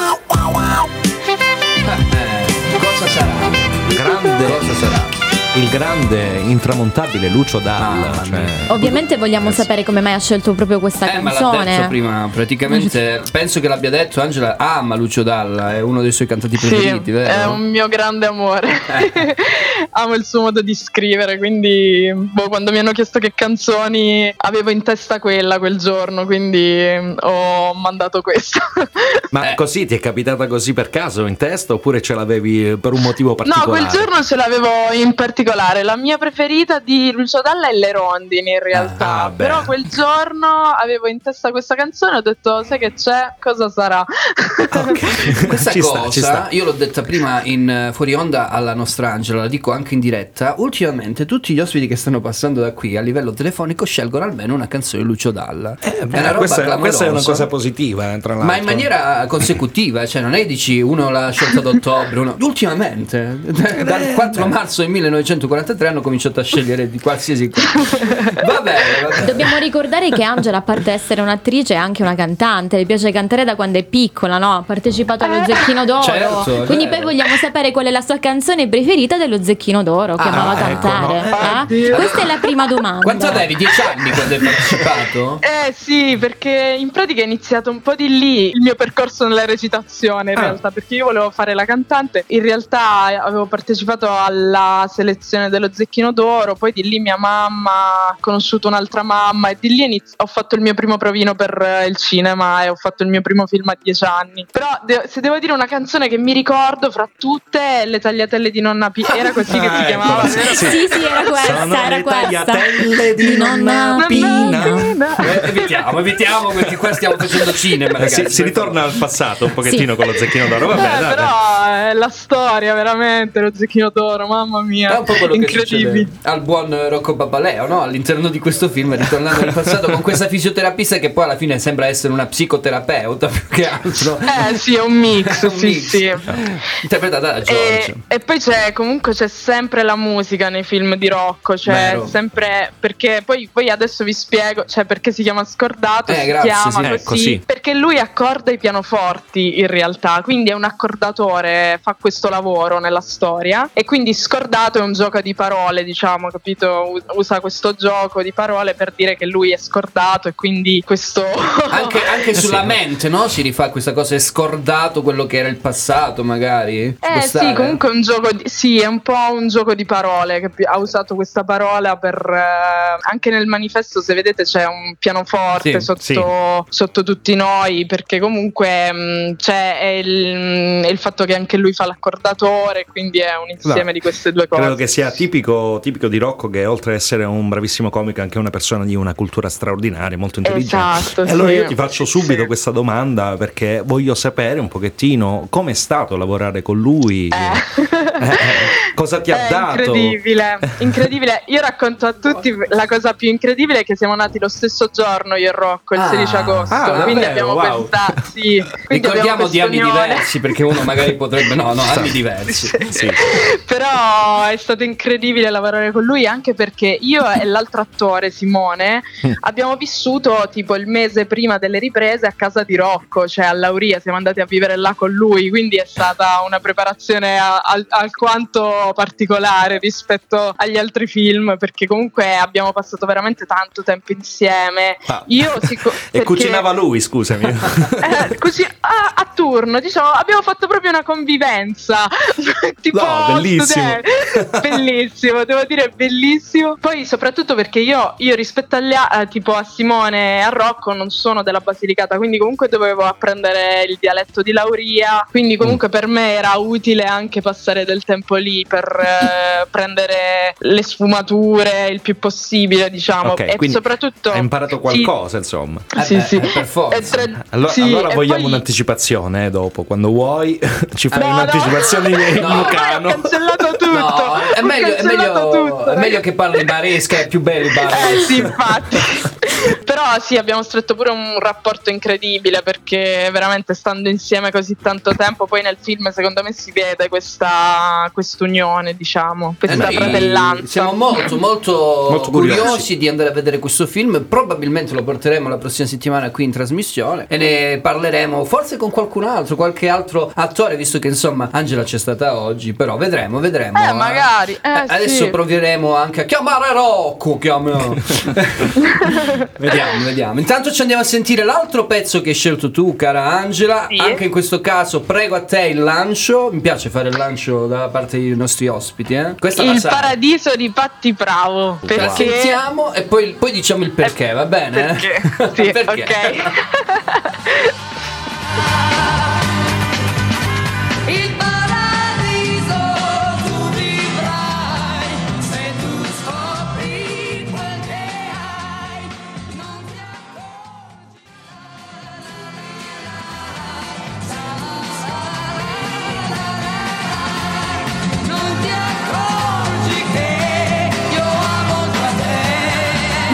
Cosa sarà? Grande. Cosa sarà? Il grande, intramontabile Lucio Dalla. Ovviamente vogliamo sapere come mai ha scelto proprio questa Ma l'ha canzone. detto prima, praticamente penso che l'abbia detto Angela, ama Lucio Dalla, è uno dei suoi cantanti preferiti, Sì, vero? è un mio grande amore. Amo il suo modo di scrivere, quindi quando mi hanno chiesto che canzoni avevo in testa quel giorno, quindi ho mandato questa. Ma così ti è capitata così per caso in testa oppure ce l'avevi per un motivo No, particolare? quel giorno ce l'avevo in particolare. La mia preferita di Lucio Dalla è Le Rondini in realtà. Però quel giorno avevo in testa questa canzone e ho detto, sai che c'è? Cosa sarà? Questa Ci cosa sta. io l'ho detta prima in fuori onda alla nostra Angela, la dico anche in diretta. Ultimamente tutti gli ospiti che stanno passando da qui a livello telefonico scelgono almeno una canzone di Lucio Dalla. È una roba questa è una clamorosa. cosa positiva, tra l'altro. Ma in maniera consecutiva, cioè non è dici uno l'ha scelta ad ottobre, uno ultimamente dal 4 marzo del 1943 hanno cominciato a scegliere di qualsiasi cosa. Va bene. Dobbiamo ricordare che Angela, a parte essere un'attrice, è anche una cantante. Le piace cantare da quando è piccola, no? Ha partecipato allo Zecchino d'Oro. Certo, Quindi certo. poi vogliamo sapere qual è la sua canzone preferita dello Zecchino d'Oro che amava cantare. Questa è la prima domanda. Quanto avevi? 10 anni quando hai partecipato? Sì, perché in pratica è iniziato un po' di lì il mio percorso nella recitazione in realtà, perché io volevo fare la cantante. In realtà avevo partecipato alla selezione dello Zecchino d'Oro, poi di lì mia mamma ha conosciuto un'altra mamma e di lì ho fatto il mio primo provino per il cinema e ho fatto il mio primo film a 10 anni. Però se devo dire una canzone che mi ricordo fra tutte è Le tagliatelle di Nonna Pina. Era così che si chiamava, vero? Sì, era questa, Sono era le questa. tagliatelle di Nonna Pina. Evitiamo perché qua stiamo facendo cinema, ragazzi. Si ritorna al passato un pochettino con lo Zecchino d'Oro. Vabbè, dai. Però è la storia veramente, lo Zecchino d'Oro, mamma mia, È un po' quello che incredibile. succede al buon Rocco Papaleo, no? All'interno di questo film, ritornando nel passato con questa fisioterapista che poi alla fine sembra essere una psicoterapeuta più che altro. Sì, è un mix, sì. Interpretata da George. E poi c'è sempre la musica nei film di Rocco, cioè Vero. sempre, perché poi adesso vi spiego, cioè perché si chiama Scordato, si grazie, chiama sì, così, perché lui accorda i pianoforti in realtà, quindi è un accordatore, fa questo lavoro nella storia e quindi Scordato è un gioco di parole, diciamo, capito? Usa questo gioco di parole per dire che lui è scordato e quindi questo Anche sulla mente, no? Si rifà questa cosa, è scordato quello che era il passato, magari. Ci può stare? sì, comunque è un gioco è un po' un gioco di parole che ha usato questa parola per anche nel manifesto, se vedete c'è un pianoforte sotto tutti noi, perché comunque c'è il fatto che anche lui fa l'accordatore, quindi è un insieme di queste due cose. Credo che sia tipico di Rocco, che oltre ad essere un bravissimo comico è anche una persona di una cultura straordinaria, molto intelligente. Esatto, e allora sì. io ti faccio subito questa domanda perché voglio sapere un pochettino come è stato lavorare con lui. Cosa ti ha dato? Incredibile. Io racconto a tutti la cosa più incredibile è che siamo nati lo stesso giorno io e Rocco, il 16 agosto. Quindi abbiamo questa ricordiamo di anni diversi, perché uno magari potrebbe anni diversi. Sì. Però è stato incredibile lavorare con lui, anche perché io e l'altro attore Simone abbiamo vissuto tipo il mese prima delle riprese a casa di Rocco, cioè a Lauria, siamo andati a vivere là con lui, quindi è stata una preparazione alquanto particolare rispetto agli altri film, perché comunque abbiamo passato veramente tanto tempo insieme. E cucinava lui, scusami. Così a turno, diciamo, abbiamo fatto proprio una convivenza tipo bellissimo. bellissimo, devo dire bellissimo. Poi soprattutto perché io rispetto tipo a Simone e a Rocco non sono della Basilicata, quindi comunque dovevo apprendere il dialetto di Lauria, quindi comunque per me era utile anche passare del tempo lì per prendere le sfumature il più possibile, diciamo. Ok, e quindi soprattutto hai imparato qualcosa, insomma. Sì. Per forza. Allora e vogliamo poi un'anticipazione dopo, quando vuoi ci fai un'anticipazione in Lucano. Ho cancellato tutto. È meglio che parli baresca, è più bello il baresca. Sì, infatti. Però Però sì, abbiamo stretto pure un rapporto incredibile, perché veramente stando insieme così tanto tempo, poi nel film secondo me si vede quest'unione, diciamo, questa fratellanza. Siamo molto curiosi di andare a vedere questo film. Probabilmente lo porteremo la prossima settimana qui in trasmissione e ne parleremo forse con qualcun altro, qualche altro attore, visto che insomma Angela c'è stata oggi. Però vedremo. Magari adesso sì. proveremo anche a chiamare Rocco. Vediamo. Intanto ci andiamo a sentire l'altro pezzo che hai scelto tu, cara Angela. Sì. Anche in questo caso prego a te il lancio. Mi piace fare il lancio da parte dei nostri ospiti, Questa Il la sai. paradiso di Patti Bravo. La Perché sentiamo e poi diciamo il perché, va bene? Perché? Sì, Perché? ok. Il paradiso tu vivrai se tu scopri quel che hai, non ti accorgi, non ti accorgi che io amo già te.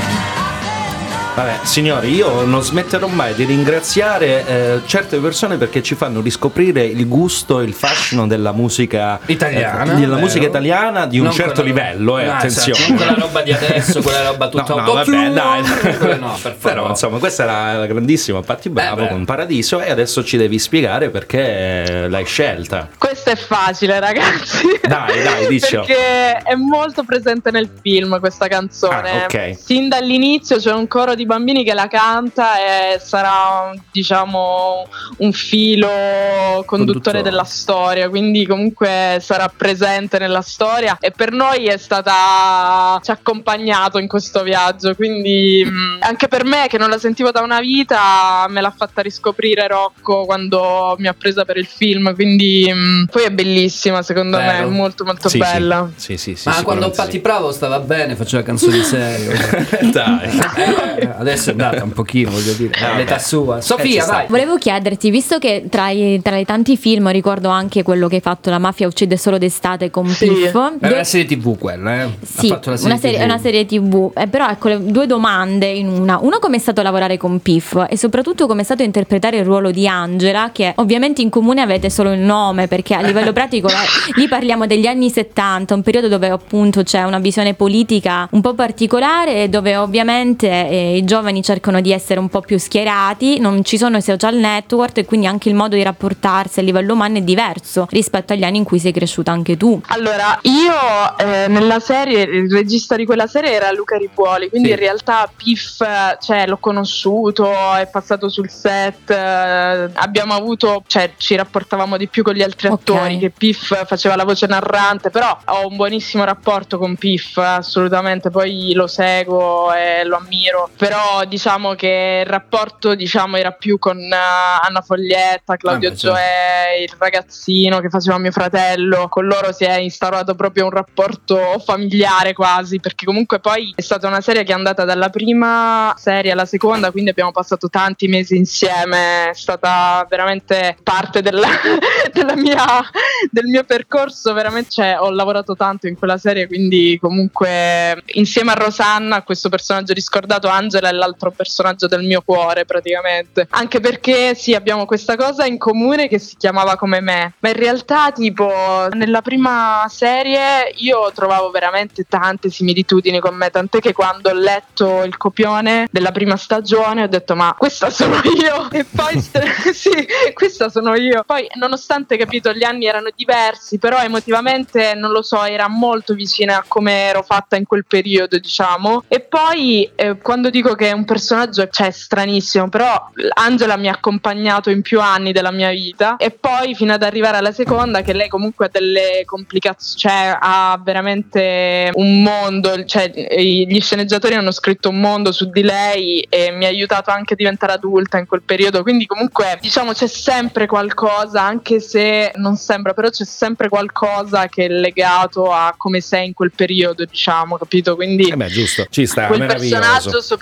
Vabbè, signori, io non smetterò mai di ringraziare certe persone perché ci fanno riscoprire il gusto, il fascino della musica italiana, della musica italiana di un Non certo quella- livello, attenzione. Esatto, quella roba di adesso, quella roba tutta No, vabbè, dai. No, per Però favore. insomma, questa era la grandissima Patti Bravo beh. con Paradiso, e adesso ci devi spiegare perché l'hai scelta. Questo è facile, ragazzi. Dai, dicelo. Perché è molto presente nel film questa canzone. Ah, ok. Sin dall'inizio c'è un coro di bambini che la canta e sarà, diciamo, un filo conduttore della storia, quindi comunque sarà presente nella storia e per noi ci ha accompagnato in questo viaggio, quindi anche per me che non la sentivo da una vita me l'ha fatta riscoprire Rocco quando mi ha presa per il film, quindi poi è bellissima, secondo me, è molto molto Sì, bella. Sì, Ma quando Patti Bravo stava bene, faceva canzoni serie. Dai. Adesso è andata un pochino, voglio dire, all'età sua. Sofia, vai. Volevo chiederti, visto che tra i tanti film ricordo anche quello che hai fatto, La mafia uccide solo d'estate con Piff. È una serie TV quella, Sì, Ha fatto la è una serie TV, però ecco due domande in una. Uno, come è stato lavorare con Piff e soprattutto come è stato interpretare il ruolo di Angela, che ovviamente in comune avete solo il nome, perché a livello pratico lì parliamo degli anni 70, un periodo dove appunto c'è una visione politica un po' particolare e dove ovviamente i giovani cercano di essere un po' più schierati, non ci sono i social network e quindi anche il modo di rapportarsi a livello umano è diverso rispetto agli anni in cui sei cresciuta anche tu. Allora, io nella serie, il regista di quella serie era Luca Ripuoli, quindi Sì. in realtà Piff, l'ho conosciuto, è passato sul set, abbiamo avuto, ci rapportavamo di più con gli altri attori, che Piff faceva la voce narrante, però ho un buonissimo rapporto con Piff, assolutamente, poi lo seguo e lo ammiro, però diciamo che il rapporto era più con Anna Foglietta, Claudio Gioè, il ragazzino che faceva mio fratello, con loro si è instaurato proprio un rapporto familiare quasi, perché comunque poi è stata una serie che è andata dalla prima serie alla seconda, quindi abbiamo passato tanti mesi insieme, è stata veramente parte del mio percorso, veramente, ho lavorato tanto in quella serie, quindi comunque insieme a Rosanna, questo personaggio riscordato, Angela è l'altro personaggio del mio cuore praticamente, anche perché sì, abbiamo questa cosa in comune che si chiamava Come me, ma in realtà tipo nella prima serie io trovavo veramente tante similitudini con me, tant'è che quando ho letto il copione della prima stagione ho detto ma questa sono io, e poi sì, questa sono io, poi nonostante, capito, gli anni erano diversi, però emotivamente non lo so, era molto vicina a come ero fatta in quel periodo, diciamo. E poi quando dico che è un personaggio stranissimo, però Angela mi ha accompagnato in più anni della mia vita, e poi fino ad arrivare alla seconda, che lei comunque ha delle complicazioni, ha veramente un mondo, gli sceneggiatori hanno scritto un mondo su di lei e mi ha aiutato anche a diventare adulta in quel periodo, quindi comunque diciamo c'è sempre qualcosa, anche se non sembra, però c'è sempre qualcosa che è legato a come sei in quel periodo, diciamo, capito? Quindi giusto, ci sta, quel meraviglioso. personaggio soprattutto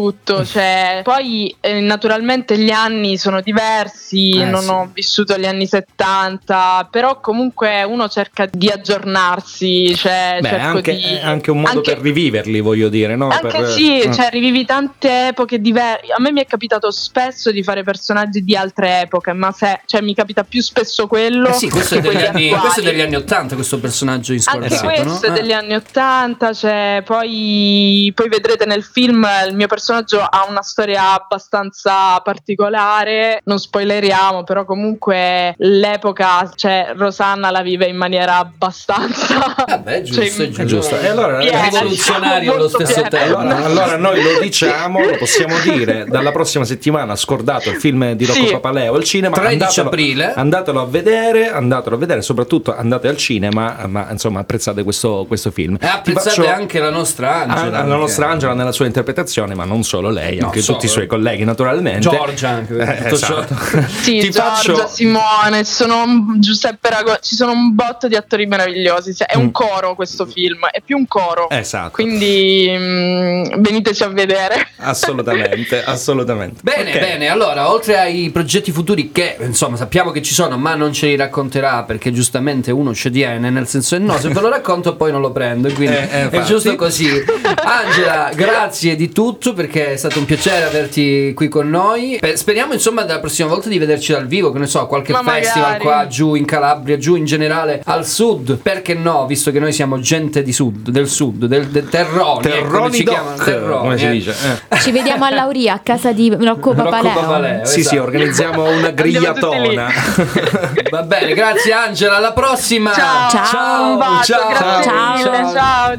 tutto, cioè poi naturalmente gli anni sono diversi, non sì. ho vissuto gli anni 70, però comunque uno cerca di aggiornarsi, cioè cerco è anche un modo per riviverli, voglio dire, no? Anche cioè rivivi tante epoche diverse. A me mi è capitato spesso di fare personaggi di altre epoche, ma cioè mi capita più spesso quello. Sì, questo è degli anni 80, questo personaggio insquadrato. Anche questo è degli anni 80, cioè poi vedrete nel film il mio personaggio ha una storia abbastanza particolare, non spoileriamo, però comunque l'epoca, cioè Rosanna la vive in maniera abbastanza vabbè, giusto, cioè, è giusto. E allora rivoluzionario allo stesso tempo. Allora noi lo diciamo, lo possiamo dire, dalla prossima settimana scordato il film di Rocco Papaleo al cinema, 13 aprile. Andatelo a vedere, soprattutto andate al cinema, ma insomma apprezzate questo film. E apprezzate anche la nostra Angela. La nostra Angela nella sua interpretazione, ma non solo lei, anche tutti i suoi colleghi naturalmente. Giorgia anche. Esatto. Sì, Giorgia, Simone, ci sono Giuseppe Rago, ci sono un botto di attori meravigliosi, cioè, è un coro questo film, è più un coro. Esatto. Quindi veniteci a vedere. Assolutamente. Bene, Okay. bene, allora, oltre ai progetti futuri che, insomma, sappiamo che ci sono, ma non ce li racconterà perché giustamente uno ci tiene, nel senso che no, se ve lo racconto poi non lo prendo, quindi è giusto così. Angela, grazie di tutto, perché è stato un piacere averti qui con noi. Speriamo, insomma, dalla prossima volta di vederci dal vivo, che ne so, qualche festival qua giù in Calabria, giù in generale al sud, perché no, visto che noi siamo gente di sud, del sud, del Terroni, come ci chiamano, Terroni, come si dice? Ci vediamo a Lauria, a casa di Rocco Papaleo. Sì, esatto. organizziamo una grigliatona. Va bene, grazie Angela, alla prossima. Ciao. Un bacio, grazie mille, ciao.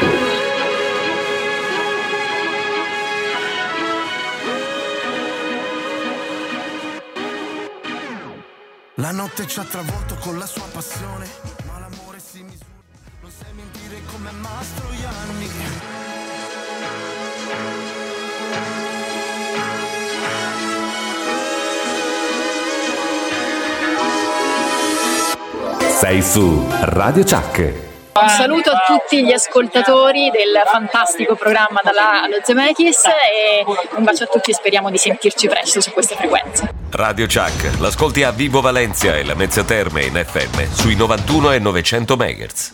La notte ci ha travolto con la sua passione, ma l'amore si misura, non sai mentire come Mastroianni. Sei su Radio Chuck. Un saluto a tutti gli ascoltatori del fantastico programma dalla allo Zemeckis e un bacio a tutti e speriamo di sentirci presto su queste frequenze. Radio Chuck, l'ascolti a Vibo Valencia e la Mezzia Terme in FM sui 91 e 900 MHz.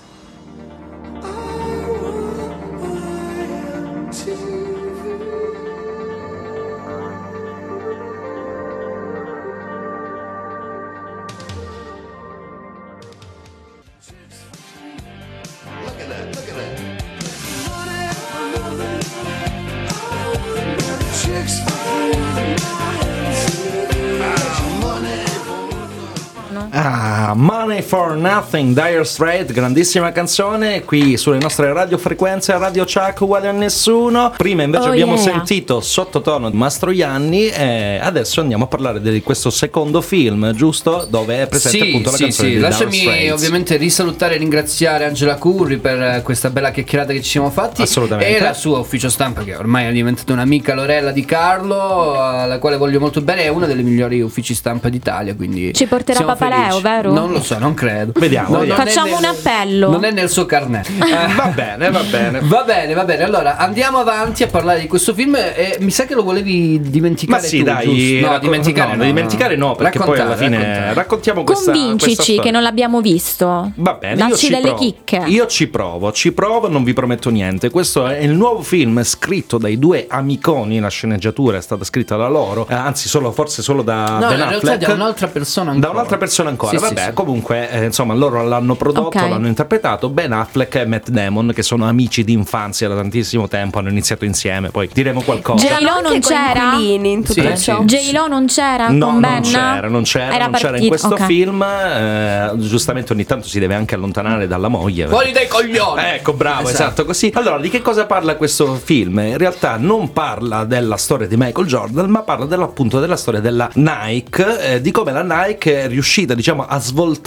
Money for Nothing, Dire Straits, grandissima canzone qui sulle nostre radiofrequenze, Radio Chuck uguale a nessuno. Prima invece abbiamo sentito Sottotono di Mastroianni e adesso andiamo a parlare di questo secondo film, giusto? Dove è presente appunto la canzone di Dire Lasciami Straits. ovviamente risalutare e ringraziare Angela Curri per questa bella chiacchierata che ci siamo fatti. Assolutamente. E la sua ufficio stampa, che ormai è diventata un'amica Lorella di Carlo, alla quale voglio molto bene, è una delle migliori uffici stampa d'Italia, quindi ci porterà siamo Papaleo, felici. vero? Non lo so, non credo. Vediamo. Facciamo un appello. Non è nel suo carnet. Va bene. Va bene. Allora andiamo avanti a parlare di questo film. E mi sa che lo volevi dimenticare. Ma sì, tu, dai, giusto? No, dimenticare no, perché poi alla fine raccontiamo questa Convincici storia. che non l'abbiamo visto. Va bene, dacci delle chicche. Io ci provo, non vi prometto niente. Questo è il nuovo film scritto dai due amiconi, la sceneggiatura è stata scritta da loro, anzi forse solo da Ben in realtà Affleck. da un'altra persona ancora. Sì, vabbè, comunque insomma loro l'hanno prodotto, l'hanno interpretato Ben Affleck e Matt Damon, che sono amici di infanzia da tantissimo tempo, hanno iniziato insieme, poi diremo qualcosa. J-Lo non c'era? In tutto ciò. J-Lo non c'era con Ben? Non c'era in questo film, giustamente ogni tanto si deve anche allontanare dalla moglie. Fuori dai coglioni. Ecco, bravo, esatto così. Allora, di che cosa parla questo film? In realtà non parla della storia di Michael Jordan, ma parla appunto della storia della Nike, di come la Nike è riuscita, diciamo, a svoltare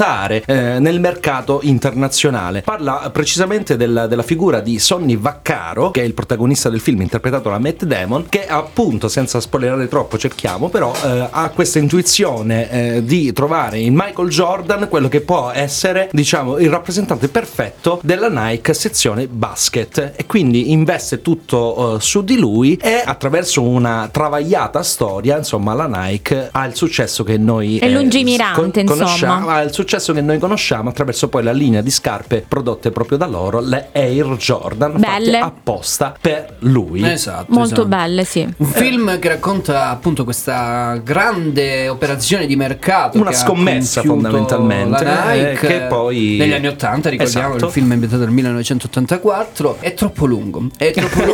sfondare nel mercato internazionale. Parla precisamente della figura di Sonny Vaccaro, che è il protagonista del film, interpretato da Matt Damon, che appunto, senza spoilerare troppo, cerchiamo, però ha questa intuizione di trovare in Michael Jordan quello che può essere, diciamo, il rappresentante perfetto della Nike sezione basket, e quindi investe tutto su di lui, e attraverso una travagliata storia, insomma, la Nike ha il successo che noi è lungimirante, insomma, ha il successo che noi conosciamo attraverso poi la linea di scarpe prodotte proprio da loro, le Air Jordan, fatte apposta per lui. Esatto, molto belle, sì. Un film che racconta appunto questa grande operazione di mercato, una scommessa fondamentalmente, la Nike, che poi negli anni 80, ricordiamo, esatto. Il film è ambientato nel 1984. È troppo lungo, è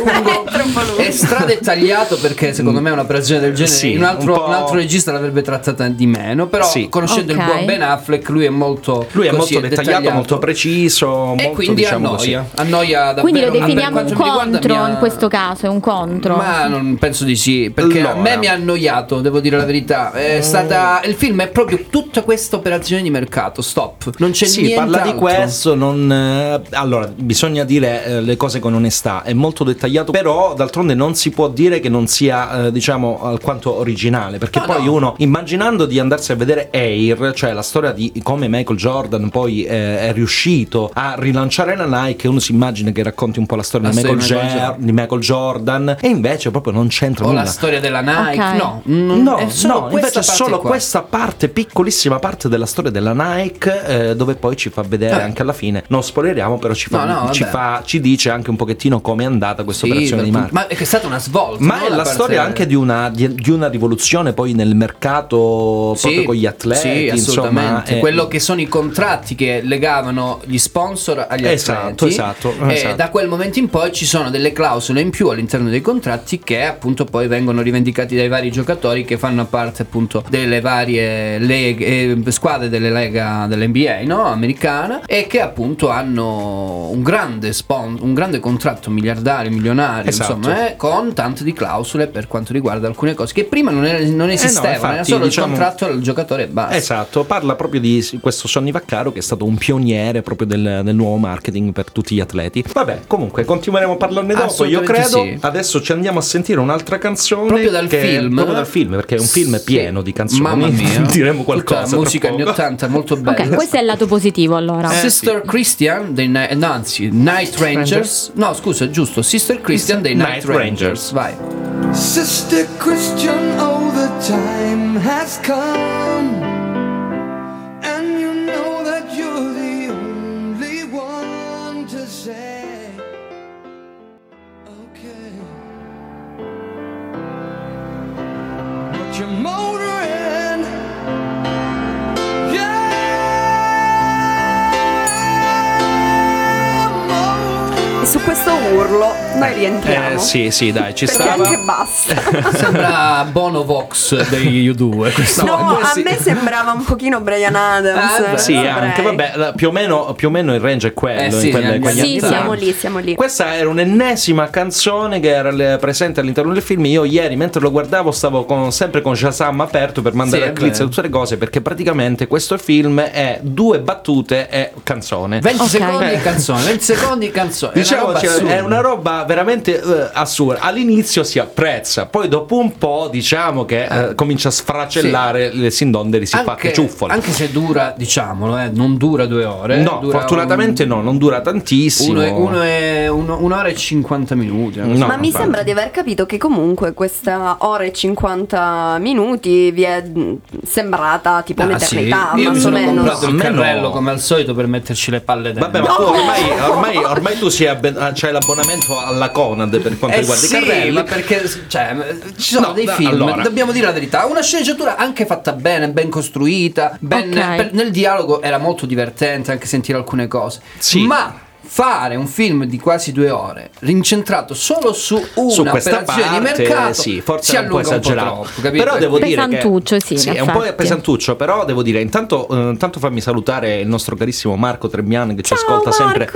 stradettagliato, perché secondo me un'operazione del genere un altro regista l'avrebbe trattata di meno, però conoscendo il buon Ben Affleck, lui è molto dettagliato, molto preciso, e molto, quindi diciamo annoia davvero. Quindi lo definiamo un contro, in questo caso è un contro. Ma non penso di sì, perché a me mi ha annoiato, devo dire la verità. È stata, il film è proprio tutta questa operazione di mercato, stop, non c'è niente. Parla di questo, allora bisogna dire le cose con onestà, è molto dettagliato, però d'altronde non si può dire che non sia diciamo alquanto originale, perché uno, immaginando di andarsi a vedere Air, cioè la storia di come Michael Jordan poi è riuscito a rilanciare la Nike, uno si immagina che racconti un po' la storia di Michael Jordan, e invece proprio non c'entra nulla. La storia della Nike, invece è solo questa parte, piccolissima parte della storia della Nike, dove poi ci fa vedere anche alla fine, non spoileriamo, però ci dice anche un pochettino come è andata questa operazione di marketing. Ma è stata una svolta. Ma è la storia anche di una rivoluzione poi nel mercato, proprio con gli atleti, assolutamente. Insomma, quello che sono i contratti che legavano gli sponsor agli atleti. Esatto. Da quel momento in poi ci sono delle clausole in più all'interno dei contratti che appunto poi vengono rivendicati dai vari giocatori che fanno parte appunto delle varie squadre delle lega dell'NBA, no? Americana, e che appunto hanno un grande contratto milionario, insomma, con tante di clausole per quanto riguarda alcune cose che prima non esistevano, era solo il contratto al giocatore e basta. Esatto, parla proprio di questo Sonny Vaccaro, che è stato un pioniere proprio del nuovo marketing per tutti gli atleti. Vabbè, comunque continueremo a parlarne dopo, io credo. Sì. Adesso ci andiamo a sentire un'altra canzone proprio dal film, perché è un film pieno di canzoni. Mamma mia, diremo qualcosa. Tutta musica anni 80 molto bella. Ok, questo è il lato positivo allora. Sister Christian dei Night Rangers. No, scusa, giusto, Sister Christian dei Night Rangers. Vai. Sister Christian, oh, the time has come, and you know that you're the only one to say, okay, but you're motoring, yeah. Su questo urlo noi rientriamo. Sì, dai, ci perché stava. Anche basta. Sembra Bono Vox degli U2 questo. No, a me sembrava un pochino Brian Adams. Sì, anche, vabbè, più o meno il range è quello. Siamo lì. Questa era un'ennesima canzone che era presente all'interno del film. Io ieri, mentre lo guardavo, stavo sempre con Shazam aperto per mandare al Cliz e tutte le cose, perché praticamente questo film è 2 battute e canzone. 20 secondi canzone, 20 secondi canzone. Diciamo, è una roba veramente assurda. All'inizio si apprezza, poi dopo un po' diciamo che comincia a sfracellare le sindonderi, si fa che ciuffole. Anche se dura, diciamolo, non dura 2 ore. No, fortunatamente non dura tantissimo. 1 ora e 50 minuti. Ma mi sembra di aver capito che comunque questa ora e 50 minuti vi è sembrata tipo un'eternità. Io mi sono comprato il carrello carrello come al solito per metterci le palle dentro. Vabbè, ma tu ormai tu c'hai l'abbonamento alla Conad per quanto riguarda i carrelli. Ma perché ci sono dei film, dobbiamo dire la verità, una sceneggiatura anche fatta bene, ben costruita, nel dialogo era molto divertente anche sentire alcune cose. Ma fare un film di quasi 2 ore incentrato solo su una questa operazione parte, di mercato, sì, forse si è un po' allunga esagerato. troppo, capito? Però devo dire Pesantuccio, che sì, è un po' pesantuccio, però devo dire intanto fammi salutare il nostro carissimo Marco Trebbian che ci ascolta sempre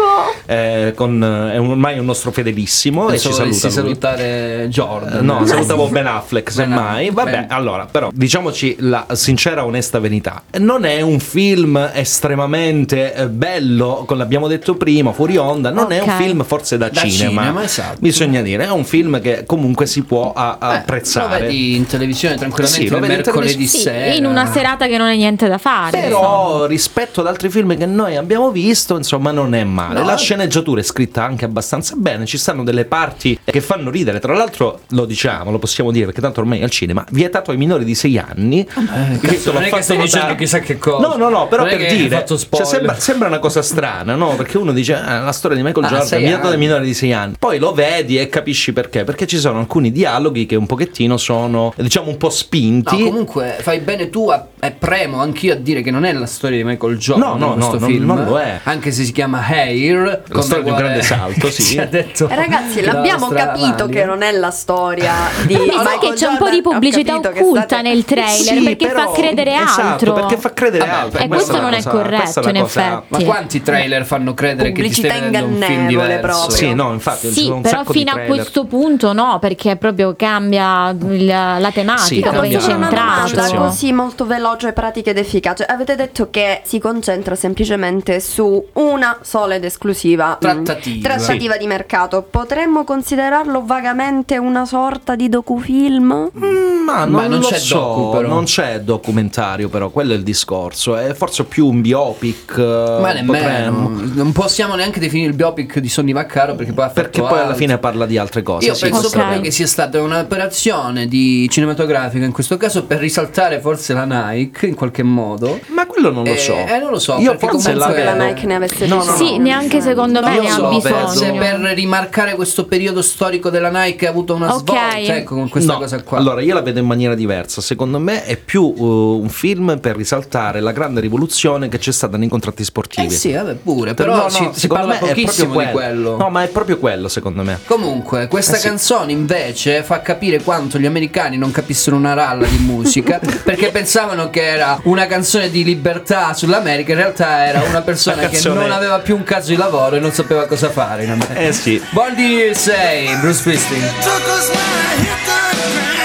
è ormai un nostro fedelissimo e ci saluta. Salutare Jordan. No, salutavo Ben Affleck semmai. Vabbè, Ben. allora, però diciamoci la sincera onesta verità. Non è un film estremamente bello, come abbiamo detto prima, fuori onda, non è un film forse da cinema, esatto. bisogna dire, è un film che comunque si può apprezzare. Lo vedi in televisione tranquillamente Sì, lo il vedi in mercoledì sera. in una serata che non è niente da fare. Però rispetto ad altri film che noi abbiamo visto, insomma, non è male. No. La sceneggiatura è scritta anche abbastanza bene, ci stanno delle parti che fanno ridere. Tra l'altro lo possiamo dire perché tanto ormai al cinema vietato ai minori di 6 anni. Cazzo, non è che stai dicendo chissà che cosa. No, però Non è per che hai dire, fatto cioè, spoiler. sembra una cosa strana, no? Perché uno dice la storia di Michael Jordan 6 vietata ai anni. minori di 6 anni. Poi lo vedi e capisci perché ci sono alcuni dialoghi che un pochettino sono, diciamo, un po' spinti. No, comunque fai bene tu e premo anch'io a dire che non è la storia di Michael Jordan. No, questo no, film non lo è. Anche se si chiama Hair, La storia di un grande salto, sì. Si è detto Ragazzi, la l'abbiamo nostra capito Amalia. che non è la storia di No, Michael che c'è un po' Jordan. di pubblicità Ho capito che occulta state- nel trailer Sì, perché però- fa credere esatto, altro. perché fa credere altro. E questo non è corretto, in effetti. Ma quanti trailer fanno credere che ti Pubblicità stai vedendo un film ingannevole diverso? proprio. Sì, no, infatti ci Sì, sono un però sacco di fino a trailer. questo punto no, perché proprio cambia la tematica, Sì, dove è cambia. Posso fare una domanda incentrato. così molto veloce, pratica ed efficace? Avete detto che si concentra semplicemente su una sola ed esclusiva trattativa di mercato. Potremmo considerarlo vagamente una sorta di docufilm? Ma Ma non non lo c'è so, docu, però. non c'è documentario, però quello è il discorso. È forse più un biopic. Ma potremmo. nemmeno. Non possiamo neanche definire il biopic di Sonny Vaccaro perché poi ha fatto Perché poi alla altro. fine parla di altre cose. Io sì, penso questo proprio è. che sia stata un'operazione di cinematografica in questo caso per risaltare forse la Nike in qualche modo. Ma quello non lo so. Non lo so. Io perché forse Non penso che la comunque- Nike ne avesse No, bisogno. Sì, neanche secondo me Non ne lo ha so, forse bisogno. per rimarcare questo periodo storico della Nike ha avuto una Ok. svolta, ecco, con questa No, cosa qua. allora io la vedo in maniera diversa. Secondo me è più un film per risaltare la grande rivoluzione che c'è stata nei contratti sportivi. Sì, vabbè, pure, però no, si secondo parla me è pochissimo proprio di quello. No, ma è proprio quello, secondo me. Comunque, questa sì. canzone invece fa capire quanto gli americani non capissero una ralla di musica perché pensavano che era una canzone di libertà sull'America, in realtà era una persona Una che canzone- non aveva più un cazzo di lavoro e non sapeva cosa fare in America. Sì. Born in the USA, Bruce Springsteen. Took us when I hit the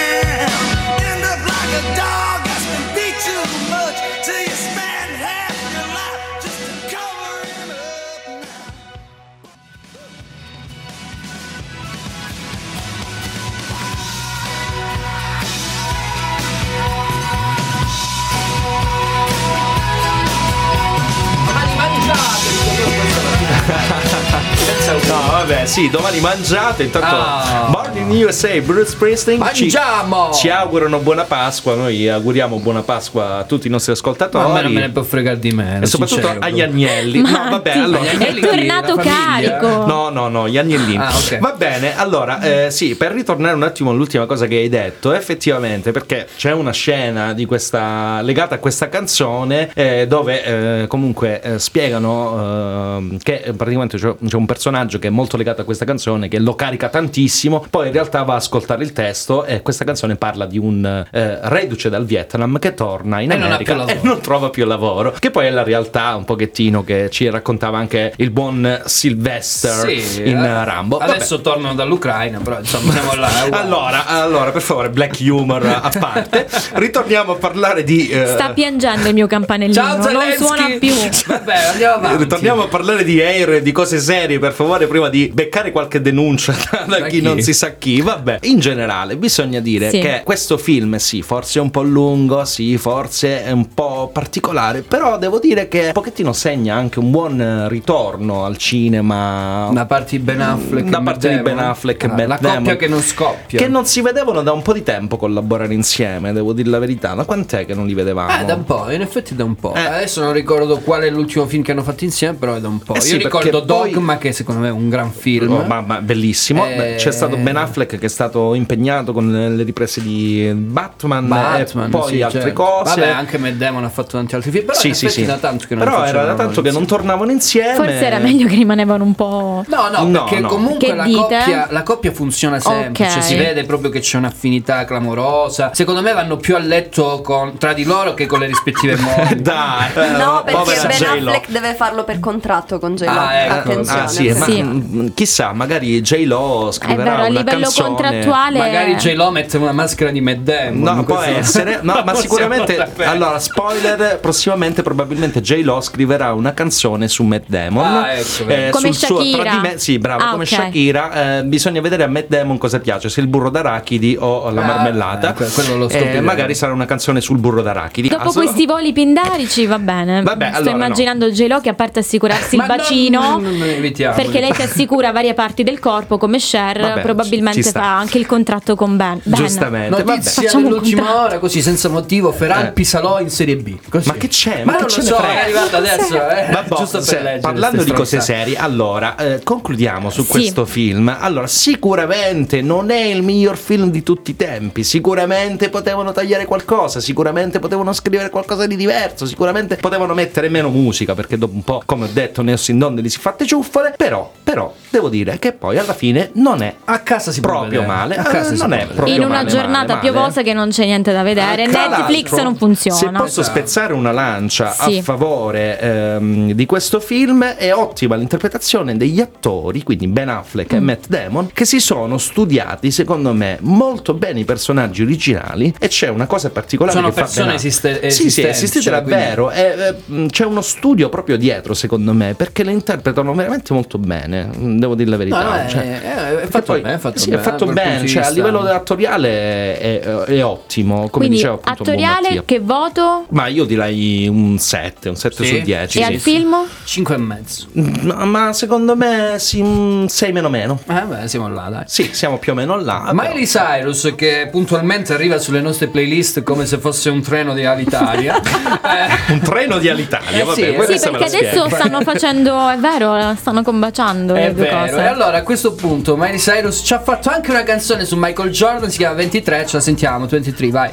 ground. End up like a dog that's been beat too much. Till you spend half your life just to cover him up now. No, vabbè, sì, domani mangiate. Intanto, Born in USA, Bruce Springsteen. Mangiamo! Ci augurano buona Pasqua. Noi auguriamo buona Pasqua a tutti i nostri ascoltatori. Ma a me non me ne può fregare di meno. E soprattutto sincero, agli proprio. agnelli. No, vabbè, allora. È tornato carico. No, gli agnellini. Ah, ok. Va bene, allora, sì, per ritornare un attimo all'ultima cosa che hai detto, effettivamente, perché c'è una scena di questa legata a questa canzone dove comunque spiegano che praticamente c'è un personaggio che è molto legato a questa canzone, che lo carica tantissimo, poi in realtà va a ascoltare il testo e questa canzone parla di un reduce dal Vietnam che torna in E non ha America più lavoro. e non trova più lavoro, che poi è la realtà un pochettino che ci raccontava anche il buon Sylvester in Rambo. Adesso tornano dall'Ucraina, però insomma siamo là. è uguale. Allora, per favore, black humor a parte, ritorniamo a parlare di Sta piangendo il mio campanellino, Ciao, non Zelensky! suona più. Vabbè, andiamo avanti. ritorniamo a parlare di Air, di cose serie, per favore, prima di beccare qualche denuncia da chi chi? non si sa chi. Vabbè, in generale bisogna dire Sì. che questo film sì, forse è un po' lungo, sì, forse è un po' particolare, però devo dire che un pochettino segna anche un buon ritorno al cinema Da parte di Ben Affleck da e parte di Matt Ben Damon. Affleck e Matt la Damon, coppia che non scoppia. che non si vedevano da un po' di tempo collaborare insieme, devo dire la verità. Da quant'è che non li vedevamo? Da un po', in effetti da un po'. Adesso non ricordo qual è l'ultimo film che hanno fatto insieme, però è da un po'. sì, Io ricordo perché poi- Dogma, che secondo me è un gran film. Ma bellissimo. C'è stato Ben Affleck che è stato impegnato con le riprese di Batman e poi altre cose. Vabbè, anche Matt Damon ha fatto tanti altri film. Però sì. da tanto che non però era da tanto che non tornavano insieme. Forse era meglio che rimanevano un po'. No, perché comunque che la coppia funziona sempre. Cioè, si vede proprio che c'è un'affinità clamorosa. Secondo me vanno più a letto tra di loro che con le rispettive mogli. Dai, no, perché Ben J-Lo. Affleck deve farlo per contratto con J-Lo. Attenzione. Ma chissà, magari J-Lo scriverà a una livello canzone. contrattuale. Magari J-Lo mette una maschera di Matt Damon. No, può essere. No, ma sicuramente. Allora, spoiler: prossimamente probabilmente J-Lo scriverà una canzone su Matt Damon. Come sul suo Shakira. sì, bravo, come ok. Shakira. Bisogna vedere a Matt Damon cosa piace, se il burro d'arachidi o la marmellata. Quello lo magari sarà una canzone sul burro d'arachidi. Dopo questi voli pindarici va bene. Vabbè, Sto allora, immaginando J-Lo che a parte assicurarsi il bacino, perché lei si assicura varie parti del corpo come Cher, Vabbè, probabilmente ci sta. fa anche il contratto con Ben. Giustamente. Notizia Facciamo un dell'ultima contratto. ora, così senza motivo, Feralpi Salò in Serie B. Così. Ma che c'è? Ma che non ce lo ne so, frega? è arrivato adesso. Giusto per leggere parlando queste di cose stronzate. serie, allora concludiamo su questo film. Allora, sicuramente non è il miglior film di tutti i tempi. Sicuramente potevano tagliare qualcosa. Sicuramente potevano scrivere qualcosa di diverso. Sicuramente potevano mettere meno musica, perché dopo un po', come ho detto, Neos in Donne li si fatte ciuffole. Però devo dire che poi alla fine non è a casa si proprio può male. A casa non è proprio In una male, giornata male. piovosa che non c'è niente da vedere, Tra Netflix l'altro, non funziona. Se posso spezzare una lancia Sì. a favore di questo film, è ottima l'interpretazione degli attori, quindi Ben Affleck e Matt Damon, che si sono studiati, secondo me, molto bene i personaggi originali, e c'è una cosa particolare Sono che fa persone Ben Affleck. esistenti, Sì, esistite cioè, davvero. C'è uno studio proprio dietro, secondo me, perché le interpretano veramente molto bene, devo dire la verità. È fatto bene, è fatto bene, cioè, a livello attoriale è ottimo, come Quindi diceva appunto attoriale, Bonmattia. che voto? Ma io direi un 7 su 10. E al film? 5,5. Ma secondo me sì, un 6 meno. Beh, siamo là, dai. Sì, siamo più o meno là. Miley Cyrus, che puntualmente arriva sulle nostre playlist come se fosse un treno di Alitalia. Un treno di Alitalia, vabbè. sì, questa me Perché la adesso spieghi. stanno facendo, è vero, stanno combaciando È le due vero. cose. E allora a questo punto Miley Cyrus ci ha fatto anche una canzone su Michael Jordan, si chiama 23, ce la sentiamo. 23, vai.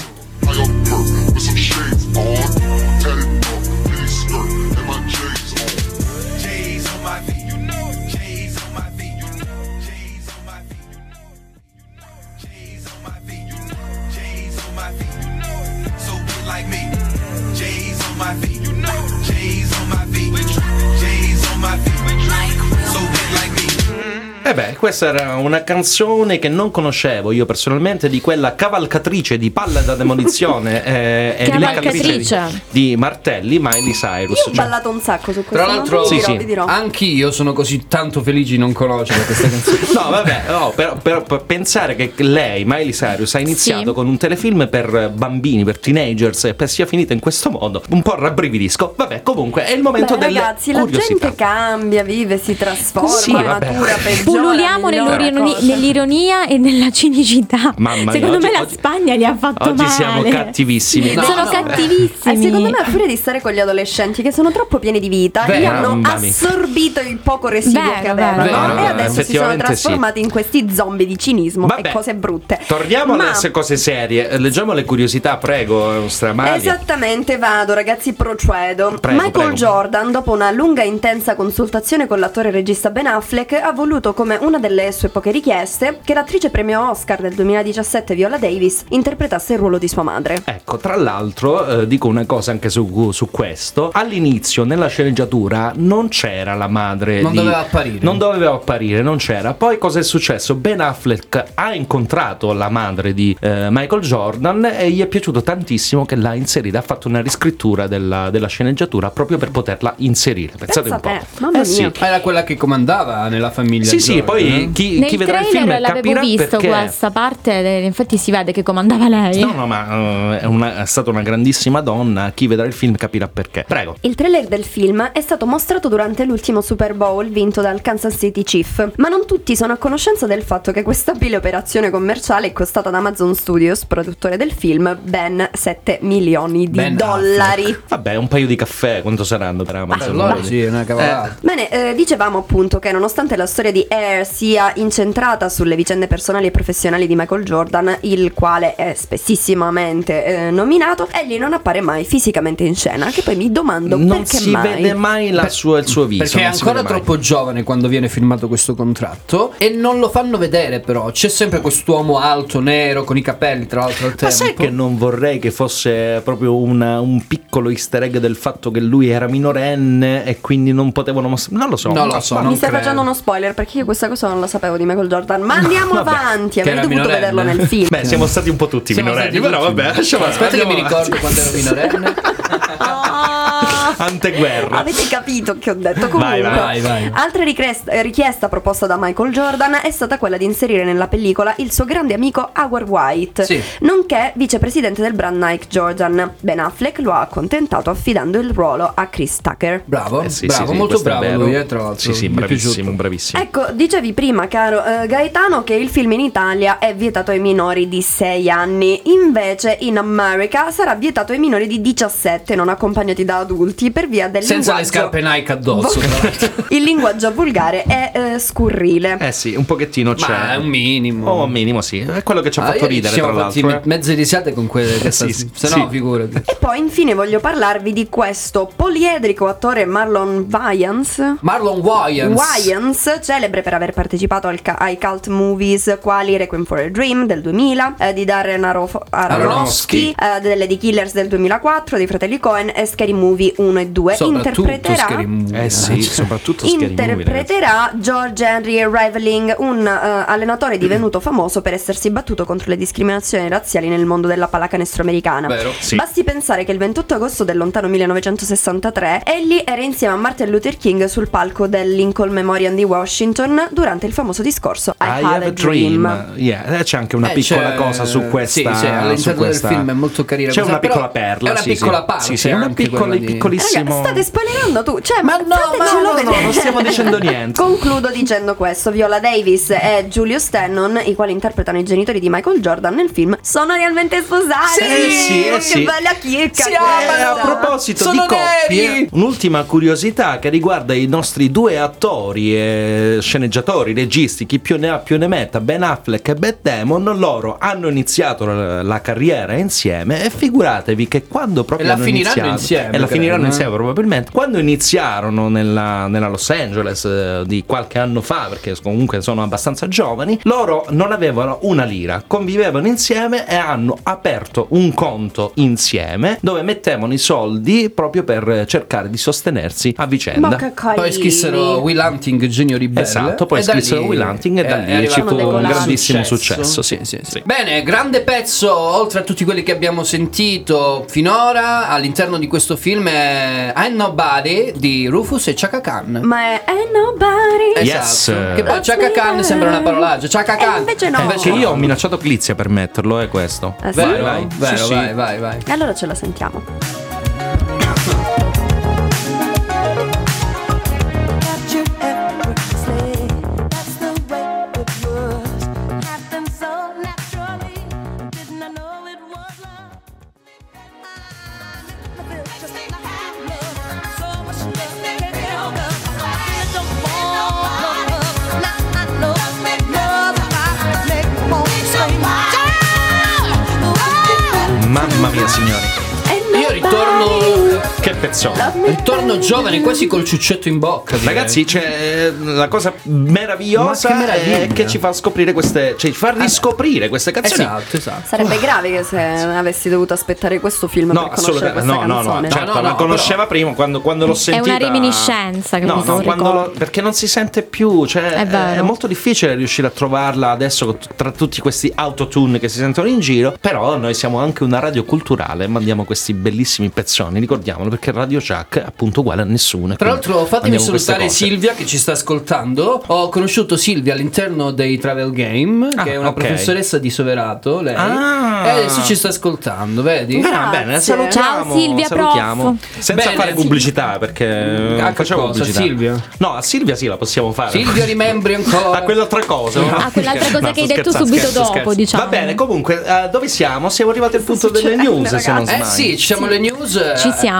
Questa era una canzone che non conoscevo io personalmente, di quella cavalcatrice di palle da demolizione e cavalcatrice di martelli, Miley Cyrus. Io ho ballato un sacco su questo. Tra l'altro, vi dirò. anch'io sono così tanto felice di non conoscere questa canzone. No, vabbè, però pensare che lei, Miley Cyrus, ha iniziato con un telefilm per bambini, per teenagers, e sia finita in questo modo, un po' rabbrividisco. Vabbè, comunque è il momento delle ragazzi, curiosità. la gente cambia, vive, si trasforma, Sì, vabbè. matura, peggiora. Pululiamo nell'ironia e nella cinicità. Mamma mia, secondo me la oggi- Spagna li ha fatto Oggi male. siamo cattivissimi. No, sono no, cattivissimi. Secondo me, a furia di stare con gli adolescenti che sono troppo pieni di vita, Vero, gli hanno mamma mia. assorbito il poco residuo Vero, che avevano, vero, e vero, adesso si sono effettivamente trasformati in questi zombie di cinismo Vabbè. e cose brutte. Torniamo Ma- alle cose serie. Leggiamo le curiosità, prego, nostra Amalia. Esattamente, vado ragazzi, procedo. Prego, Michael prego. Jordan, dopo una lunga e intensa consultazione con l'attore e regista Ben Affleck, ha voluto come una delle sue poche richieste che l'attrice premio Oscar del 2017 Viola Davis interpretasse il ruolo di sua madre. Ecco, tra l'altro, dico una cosa anche su questo. All'inizio, nella sceneggiatura, non c'era la madre Non di... doveva apparire. Non doveva apparire, non c'era. Poi cosa è successo? Ben Affleck ha incontrato la madre di Michael Jordan e gli è piaciuto tantissimo che l'ha inserita. Ha fatto una riscrittura della sceneggiatura proprio per poterla inserire. Pensate Pensa un po'. a te, mamma sì. mia. Era quella che comandava nella famiglia. Sì, sì, Jordan, poi chi Nel vedrà il trailer film l'avevo capirà visto perché. questa parte, infatti si vede che comandava lei. No, ma è stata una grandissima donna. Chi vedrà il film capirà perché. Prego. Il trailer del film è stato mostrato durante l'ultimo Super Bowl vinto dal Kansas City Chiefs, ma non tutti sono a conoscenza del fatto che questa abile operazione commerciale è costata ad Amazon Studios, produttore del film, ben 7 milioni di Ben dollari. Vabbè, un paio di caffè quanto saranno per Amazon? Allora sì, è una cavolata. Bene, dicevamo appunto che nonostante la storia di Air sia incentrata sulle vicende personali e professionali di Michael Jordan, il quale è spessissimamente nominato, egli non appare mai fisicamente in scena, che poi mi domando non perché si mai. vede mai il suo viso, perché è non si ancora vede mai. troppo giovane quando viene firmato questo contratto e non lo fanno vedere, però c'è sempre quest'uomo alto, nero, con i capelli tra l'altro al tempo. Ma sai che non vorrei che fosse proprio un piccolo easter egg del fatto che lui era minorenne e quindi non potevano mostrare? Non lo so. Mi stai facendo uno spoiler, perché io questa cosa non la sapevo di Michael Jordan. Ma andiamo vabbè. avanti, Che avrei era dovuto minorenne. vederlo nel film. Beh, siamo stati un po' tutti Siamo minorenni, stati però tutti. vabbè, lasciamo Aspetta che mi andiamo ricordo avanti. quando ero minorenne. Anteguerra. Avete capito che ho detto? Comunque, vai. altra richiesta proposta da Michael Jordan è stata quella di inserire nella pellicola il suo grande amico Howard White, Sì. nonché vicepresidente del brand Nike Jordan. Ben Affleck lo ha accontentato affidando il ruolo a Chris Tucker. Bravo, Sì, bravo, sì, molto questo è bravo vero. lui, tra l'altro. Sì, Mi è bravissimo, piaciuto. bravissimo. Ecco, dicevi prima, caro Gaetano, che il film in Italia è vietato ai minori di 6 anni, invece in America sarà vietato ai minori di 17 non accompagnati da adulti per via del Senza le linguaggio. scarpe Nike addosso, tra l'altro. Il linguaggio volgare è scurrile. Sì, un pochettino c'è. Ma è un minimo. Oh, un minimo, sì. È quello che ci ha fatto ieri ridere, ci siamo tra fatti l'altro. mezze risate con quelle che Sì, se sì. no figurati. E poi infine voglio parlarvi di questo poliedrico attore Marlon Wayans, celebre per aver partecipato ai cult movies quali Requiem for a Dream del 2000, di Darren Aronofsky, delle The Killers del 2004, dei fratelli Coen e Scary Movie 1 e 2. Soprattutto Scary Movie, Interpreterà George Henry Reveling, un allenatore divenuto famoso per essersi battuto contro le discriminazioni razziali nel mondo della pallacanestro americana. Vero? Sì. Basti pensare che il 28 agosto del lontano 1963 egli era insieme a Martin Luther King sul palco del Lincoln Memorial di Washington durante il famoso discorso I Have a Dream. Yeah, c'è anche una piccola cosa su questa. Sì, all'interno del film è molto carina. C'è questa, una piccola però perla. È una sì, piccola sì. parte. Sì, è una anche piccola, quella di- piccolissimo. Raga, state spoilerando tu. Cioè, Ma no, non stiamo dicendo niente. Concludo dicendo questo: Viola Davis e Julius Stannon, i quali interpretano i genitori di Michael Jordan nel film, sono realmente sposati. Sì, che sì. bella chicca. Si questa. A proposito Sono di coppie, neri! un'ultima curiosità che riguarda i nostri due attori e sceneggiatori, registi, chi più ne ha più ne metta, Ben Affleck e Matt Damon. Loro hanno iniziato la carriera insieme e figuratevi che quando proprio E la hanno finiranno iniziato, insieme, e la credo, finiranno eh? insieme probabilmente, quando iniziarono nella Los Angeles di qualche anno fa, perché comunque sono abbastanza giovani, loro non avevano una lira, convivevano insieme e hanno aperto un conto insieme dove mettevano i soldi proprio per cercare di sostenersi a vicenda. Bocca Colini. Poi scrissero Will Hunting, Genio Ribelle. Esatto, poi e da scrissero lì Will Hunting e da lì è ci arrivato fu un decolati. grandissimo successo. Sì. Bene, grande pezzo, oltre a tutti quelli che abbiamo sentito finora, all'interno di questo film è I'm Nobody di Rufus e Chaka Khan. Ma è nobody. Yes. Che poi Chaka Khan sembra una parolaccia. Chaka Khan. invece no. Che io ho minacciato Clizia per metterlo, è questo. Ah, sì? Vero, Vai. vero, Sì, sì. vai. E allora ce la sentiamo. Mamma mia, signori. Io ritorno Che pezzone. Ritorno giovane, quasi col ciuccetto in bocca. direi. Ragazzi, c'è la cosa meravigliosa Ma che meraviglia. è che ci fa scoprire queste, cioè ci fa riscoprire queste canzoni. Esatto. Sarebbe grave che se avessi dovuto aspettare questo film No, per conoscere questa assolutamente. canzone. Certo, la conosceva prima quando l'ho È sentita. una reminiscenza, No, capito? Un quando ricordo. perché non si sente più, cioè È vero. molto difficile riuscire a trovarla adesso tra tutti questi autotune che si sentono in giro. Però noi siamo anche una radio culturale e mandiamo questi bellissimi pezzoni, ricordiamolo, perché Radio Chuck è appunto uguale a nessuno. Tra l'altro fatemi mandiamo queste salutare cose. Silvia che ci sta ascoltando. Ho conosciuto Silvia all'interno dei Travel Game, che è una ok. professoressa di Soverato, lei. Ah. E adesso ci sta ascoltando, vedi? Bene, salutiamo. Ciao, Silvia, salutiamo. prof. Senza Bene, fare pubblicità, perché A non che facciamo cosa? pubblicità. Silvia? No, a Silvia sì, la possiamo fare. Silvia, rimembri ancora? A quell'altra cosa. Ah, quell'altra cosa No, che hai sto detto scherzando, subito dopo, diciamo. Va bene, comunque, dove siamo? Siamo arrivati al punto delle news, se non sbaglio. Sì, ci siamo le news. Ci siamo. E Apriamo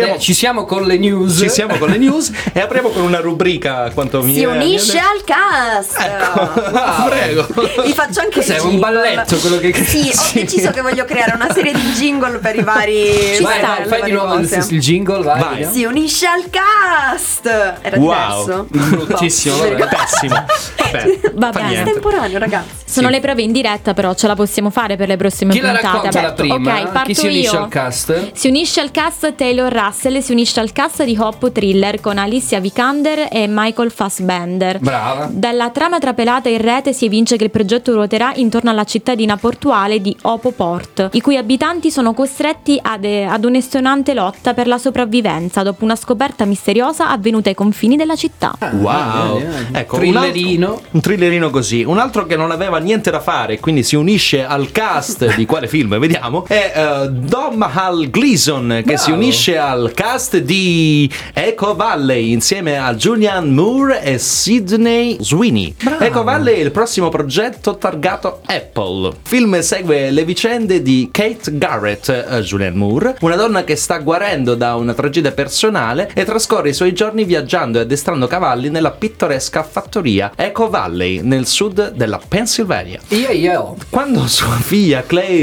ci siamo con le news. Ci siamo con le news e apriamo con una rubrica quanto mi Si unisce al cast. Wow. Prego. Vi faccio anche Cos'è, il un jingle. balletto quello che Sì, ho deciso che voglio creare una serie di jingle per i vari. Vai, fai di nuovo il jingle, vai. vediamo. Si unisce al cast. Era diverso. Bruttissimo, vabbè. Pessimo. Vabbè. Estemporaneo, ragazzi. Sono le prove in diretta, però ce la possiamo fare per le prossime Chi la puntate. racconta la prima? Ok, parto Chi si unisce io. al cast? Si unisce al cast Taylor Russell, si unisce al cast di Hop Thriller con Alicia Vikander e Michael Fassbender. Brava. Dalla trama trapelata in rete si evince che il progetto ruoterà intorno alla cittadina portuale di Opoport, i cui abitanti sono costretti ad un'estenuante lotta per la sopravvivenza dopo una scoperta misteriosa avvenuta ai confini della città. Wow. Ecco, un thrillerino così. Un altro che non aveva niente da fare, quindi si unisce al cast di quale film vediamo, è Domhnall Gleeson, che si unisce al cast di Echo Valley insieme a Julianne Moore e Sydney Sweeney. Echo Valley è il prossimo progetto targato Apple. Il film segue le vicende di Kate Garrett, Julianne Moore, una donna che sta guarendo da una tragedia personale e trascorre i suoi giorni viaggiando e addestrando cavalli nella pittoresca fattoria Echo Valley nel sud della Pennsylvania. Quando sua figlia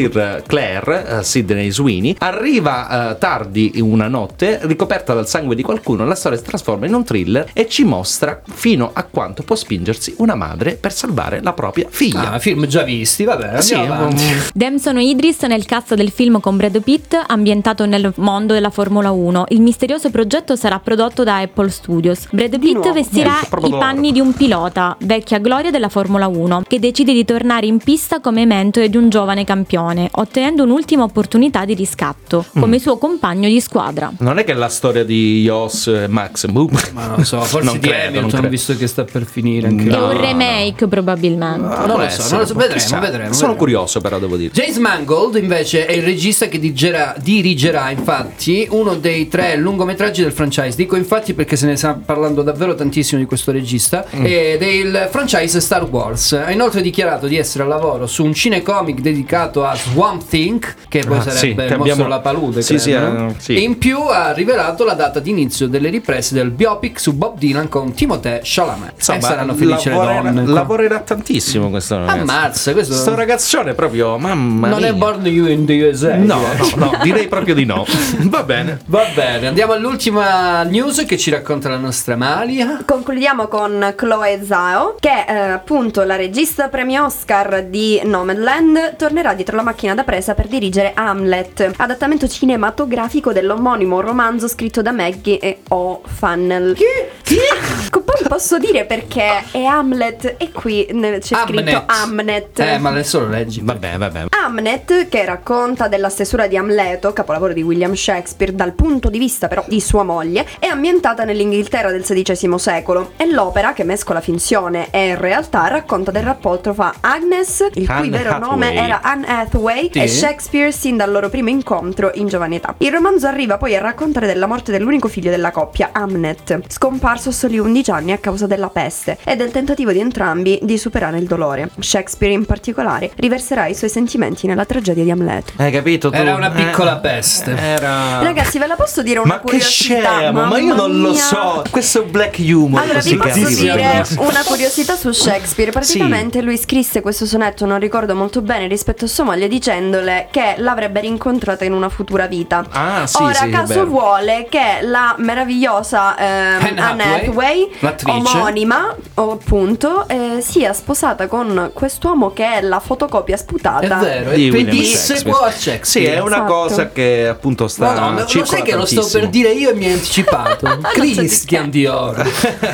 Claire, Sydney Sweeney, arriva tardi una notte, ricoperta dal sangue di qualcuno, la storia si trasforma in un thriller e ci mostra fino a quanto può spingersi una madre per salvare la propria figlia. Film già visti, vabbè. Sì, Damson Idris nel cast del film con Brad Pitt, ambientato nel mondo della Formula 1. Il misterioso progetto sarà prodotto da Apple Studios. Brad Pitt vestirà i panni di un pilota, vecchia gloria della Formula 1, che decide di tornare in pista come mentore di un giovane campione, ottenendo un'ultima opportunità di riscatto, come suo compagno di squadra. Non è che è la storia di Jos e Max? Ma non so, forse di Hamilton, visto che sta per finire anche. È un remake probabilmente. Non lo so, vedremo. Sono curioso, però devo dire. James Mangold invece è il regista che dirigerà infatti uno dei 3 lungometraggi del franchise. Dico infatti perché se ne sta parlando davvero tantissimo di questo regista e del franchise Star Wars. Ha inoltre dichiarato di essere al lavoro su un cinecomic dedicato a Swamp Thing, che poi sarebbe il mostro della palude, credo, sì. E in più ha rivelato la data di inizio delle riprese del biopic su Bob Dylan con Timothée Chalamet. Insomma, e saranno felici le donne. Lavorerà tantissimo questo ragazzo. Ammazza, questo ragazzone proprio, mamma non mia. è Born You in the USA. No, direi proprio di no. Va bene, andiamo all'ultima news che ci racconta la nostra Malia. Concludiamo con Chloe Zhao, che appunto la regista premio Oscar di Nomadland tornerà dietro la macchina da presa per dirigere Hamlet, adattamento cinematografico dell'omonimo romanzo scritto da Maggie e O'Fannell. Chi? Poi posso dire perché è Hamlet e qui c'è scritto Hamnet. Ma adesso lo leggi. Vabbè. Hamlet, che racconta della stesura di Amleto, capolavoro di William Shakespeare, dal punto di vista però di sua moglie, è ambientata nell'Inghilterra del XVI secolo e l'opera, che mescola finzione e realtà, racconta del rapporto fra Agnes, il cui vero nome era Anne Hathaway, e Shakespeare sin dal loro primo incontro in giovane età. Il romanzo arriva poi a raccontare della morte dell'unico figlio della coppia, Hamnet, scomparso a soli 11 anni a causa della peste, e del tentativo di entrambi di superare il dolore. Shakespeare in particolare riverserà i suoi sentimenti nella tragedia di Amleto. Hai capito tu? Era una piccola peste. Ragazzi, ve la posso dire una curiosità? Scemo, ma io non lo so. Questo è black humor. Allora vi posso dire una curiosità su Shakespeare. Praticamente lui scrisse questo sonetto, non ricordo molto bene, rispetto a sua moglie, dicendole che l'avrebbe rincontrata in una futura vita. Ora caso vuole che la meravigliosa Anne Hathaway, omonima appunto, sia sposata con quest'uomo che è la fotocopia sputata. È vero, di William pedissequo a Shakespeare. Sì, è una cosa che appunto sta Madonna, lo sai che lo sto per dire io e mi hai anticipato. Christian Dior.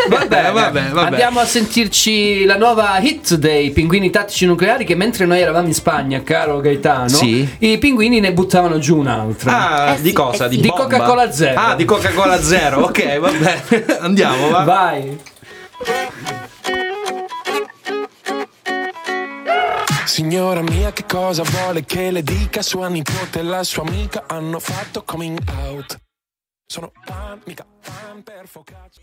Vabbè. Andiamo a sentirci la nuova hit dei Pinguini Tattici Nucleari, che mentre noi eravamo in Spagna, caro Gaetano, i pinguini ne buttavano giù un'altra. Di cosa? Di Coca-Cola Zero. Di Coca-Cola Zero. Ok, vabbè. Andiamo, va. Vai. Signora mia, che cosa vuole che le dica? Sua nipote e la sua amica hanno fatto coming out. Sono pan, mica pan per focaccia.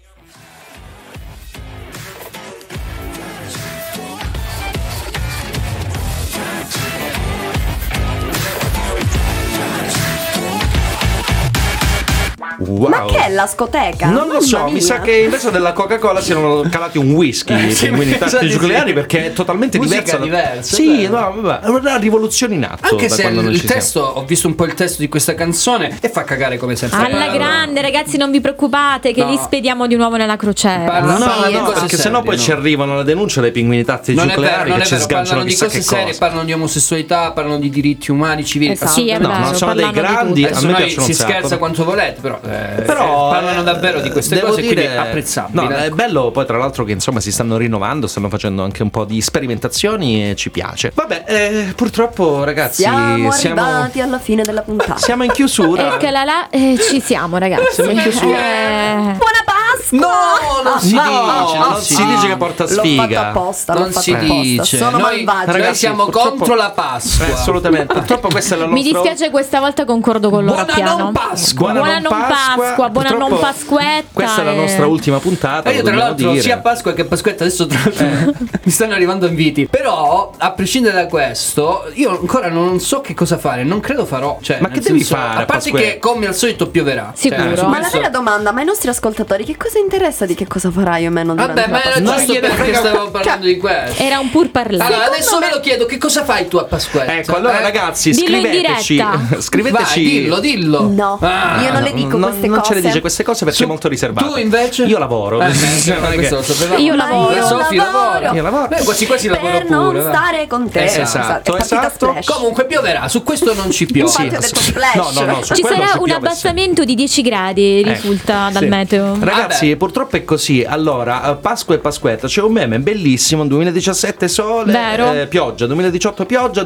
Wow. Ma che è la scoteca? Non lo so, Mamma mi sa mia. che invece della Coca-Cola siano calati un whisky Sì, i pinguini tattici sì. nucleari, perché è totalmente Musica diversa. diversa, Sì, vero. no, vabbè, è una rivoluzione in atto. Anche da se quando non il ci siamo. testo, ho visto un po' il testo di questa canzone e fa cagare come sempre. Alla Parla- grande, ragazzi, non vi preoccupate che No. li spediamo di nuovo nella crociera. Parla- No, parla di no, cose perché serie, sennò poi no. ci arrivano le denunce dai pinguini tattici Non è vero, nucleari non che è ci vero, sganciano parlano di chissà cose che serie, cosa. parlano di omosessualità, parlano di diritti umani, civili. Esatto. Sì, è No, vero, no, sono dei parlano di grandi, tutto. a Adesso me noi piacciono si un sacco. scherza quanto volete, però, Però parlano davvero di queste devo cose, dire, quindi apprezzabile. No, è bello poi tra l'altro che insomma si stanno rinnovando, stanno facendo anche un po' di sperimentazioni e ci piace. Vabbè, purtroppo ragazzi Siamo arrivati alla fine della puntata. siamo in chiusura. Eccola là, ci siamo, ragazzi. Siamo in chiusura. Buona Pasqua! No, non si dice, non si dice che porta L'ho fatto sfiga. apposta, Non l'ho fatto si apposta. dice. Sono Noi, malvagio. noi Ragazzi, siamo purtroppo- contro la Pasqua. Assolutamente. Purtroppo questa è la nostra. Mi dispiace, questa volta concordo con loro Buona appiano. non Pasqua. Buona non Pasqua, buona non Purtroppo Pasquetta. Questa è la nostra ultima puntata. E io lo tra dobbiamo l'altro dire. sia Pasqua che Pasquetta adesso tra l'altro mi stanno arrivando inviti. Però a prescindere da questo io ancora non so che cosa fare. Non credo farò. Cioè, Ma nel che devi senso, fare A a parte Pasqua? che come al solito pioverà. Sicuro. Su Ma la questo- vera domanda, ma ai nostri ascoltatori che cosa interessa di che cosa farà io e meno durante Vabbè, la ma era Pasqua? giusto gliene perché frega- stavamo parlando di questo. Era un pur parlare. Allora, adesso ve lo chiedo, che cosa fai tu a Pasquetta? Ecco, allora ragazzi, Dillo in scriveteci. diretta. Scriveteci. Vai, dillo. No, Ah, io non le dico queste non cose. ce le dice queste cose perché è molto riservato. Tu invece? Io lavoro. Ma Non è questo che- lo sapevamo. Io lavoro. io Sofi lavora. Io lavoro. Beh, quasi quasi lavoro Per pure. non va. stare con te. Esatto, È partita esatto. Splash. Comunque pioverà, su questo non ci piove. Infatti ho detto Splash. No, su Ci quello sarà ci un piove abbassamento di 10 gradi, risulta dal Sì. meteo. Ragazzi, Vabbè. purtroppo è così. Allora, Pasqua e Pasquetta, c'è un meme bellissimo: 2017 sole, Vero. pioggia, 2018 pioggia,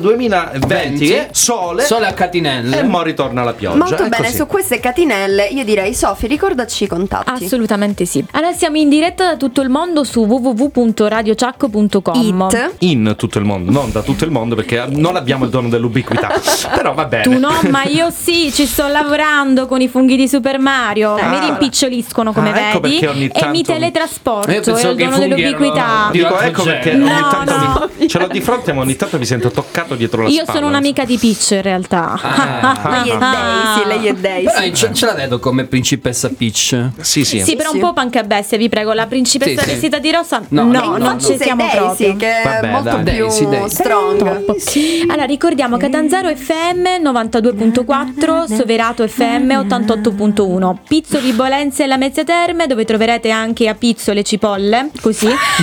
2020 sole. Sole a catinelle. E mo ritorna la pioggia. Molto È bene, così. su queste catinelle io direi Sofì, ricordaci i contatti. Assolutamente sì. Allora siamo in diretta da tutto il mondo su www.radiociacco.com. In tutto il mondo, non da tutto il mondo perché non abbiamo il dono dell'ubiquità. Però va bene. Tu no, ma io sì, ci sto lavorando con i funghi di Super Mario. Ah. Mi rimpiccioliscono come Ecco vedi perché ogni e mi tanto- teletrasporto. Io È pensavo il che i dono funghi dell'ubiquità. erano di Dico altro ecco genere. perché No, ogni tanto no. ce l'ho di fronte, ma ogni tanto mi sento toccato dietro la Io spalla. sono un'amica di Peach in realtà. Lei è Daisy, lei è Daisy. Però ce la vedo come principessa Peach. Sì, sì. Sì, però un po' panca bestia, vi prego. La principessa Sì, sì. vestita di rosa? No, No, no, no, non no. ci Sei siamo Daisy, proprio. che è Vabbè, molto dai, più Daisy. strong. Allora ricordiamo Catanzaro FM 92.4, Soverato FM 88.1, Pizzoli Bolenze e la Mezzia Terme, dove troverete anche a pizzo le cipolle, così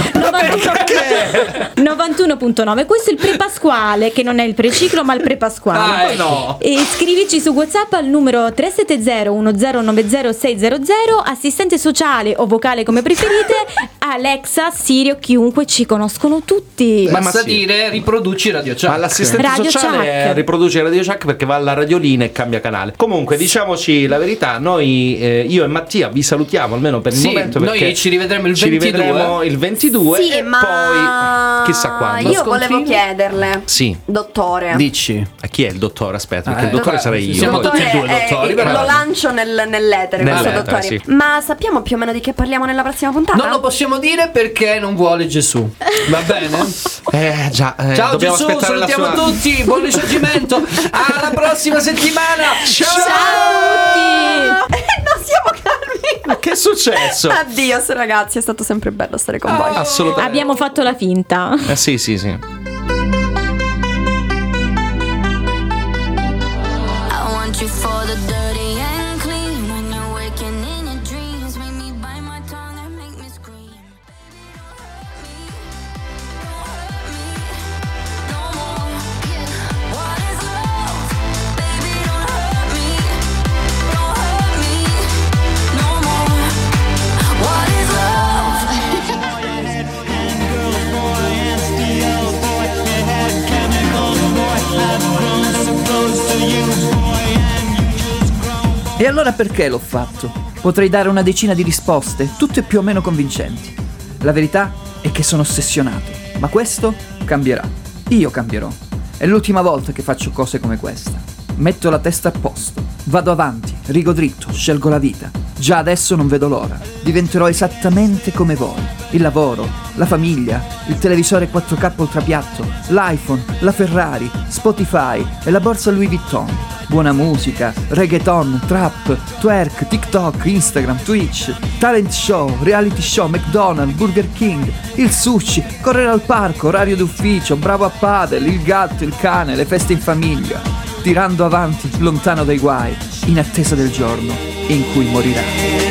91.9. Questo è il pre-pasquale, che non è il preciclo ma il pre-pasquale. No. E scrivici su WhatsApp al numero 370-1090-600, assistente sociale o vocale come preferite, Alexa, Siri o chiunque, ci conoscono tutti. Basta sì. dire riproduci Radio Chuck. Ma l'assistente Radio sociale Chuck. riproduce Radio Chuck perché va alla radiolina e cambia canale. Comunque, diciamoci la verità, noi, io e Mattia vi salutiamo almeno per il Sì, momento. noi Perché ci rivedremo il ci 22. rivedremo il 22 Sì, e ma poi chissà quando. io volevo chiederle, Sì. dottore. Dici. A chi è il dottore? Aspetta, perché il vabbè, dottore sarei io. siamo Poi- tutti e due dottori, però. lo lancio nell'etere questo Nell'etere, dottore. sì. Ma sappiamo più o meno di che parliamo nella prossima puntata? Non lo possiamo dire perché non vuole Gesù. Va bene? Già, Ciao dobbiamo Gesù, aspettare la salutiamo sua... tutti. Buon risorgimento. Alla prossima settimana. Ciao a tutti! Non siamo calmi. Ma che è successo? Addio ragazzi, è stato sempre bello stare con voi. Assolutamente. Abbiamo fatto la finta. Sì, sì, sì. I want you for the dirty and clean. When you're waking in your dreams, make me bite my tongue and make me scream. What is love? Baby, don't hurt me. Don't hurt me no more. What is love? E allora perché l'ho fatto? Potrei dare una decina di risposte, tutte più o meno convincenti. La verità è che sono ossessionato, ma questo cambierà. Io cambierò. È l'ultima volta che faccio cose come questa. Metto la testa a posto, vado avanti, rigo dritto, scelgo la vita. Già adesso non vedo l'ora. Diventerò esattamente come voi. Il lavoro, la famiglia, il televisore 4K ultrapiatto, l'iPhone, la Ferrari, Spotify e la borsa Louis Vuitton. buona musica, reggaeton, trap, twerk, TikTok, Instagram, Twitch, talent show, reality show, McDonald's, Burger King, il sushi, correre al parco, orario d'ufficio, bravo a padel, il gatto, il cane, le feste in famiglia, tirando avanti lontano dai guai, in attesa del giorno in cui morirà.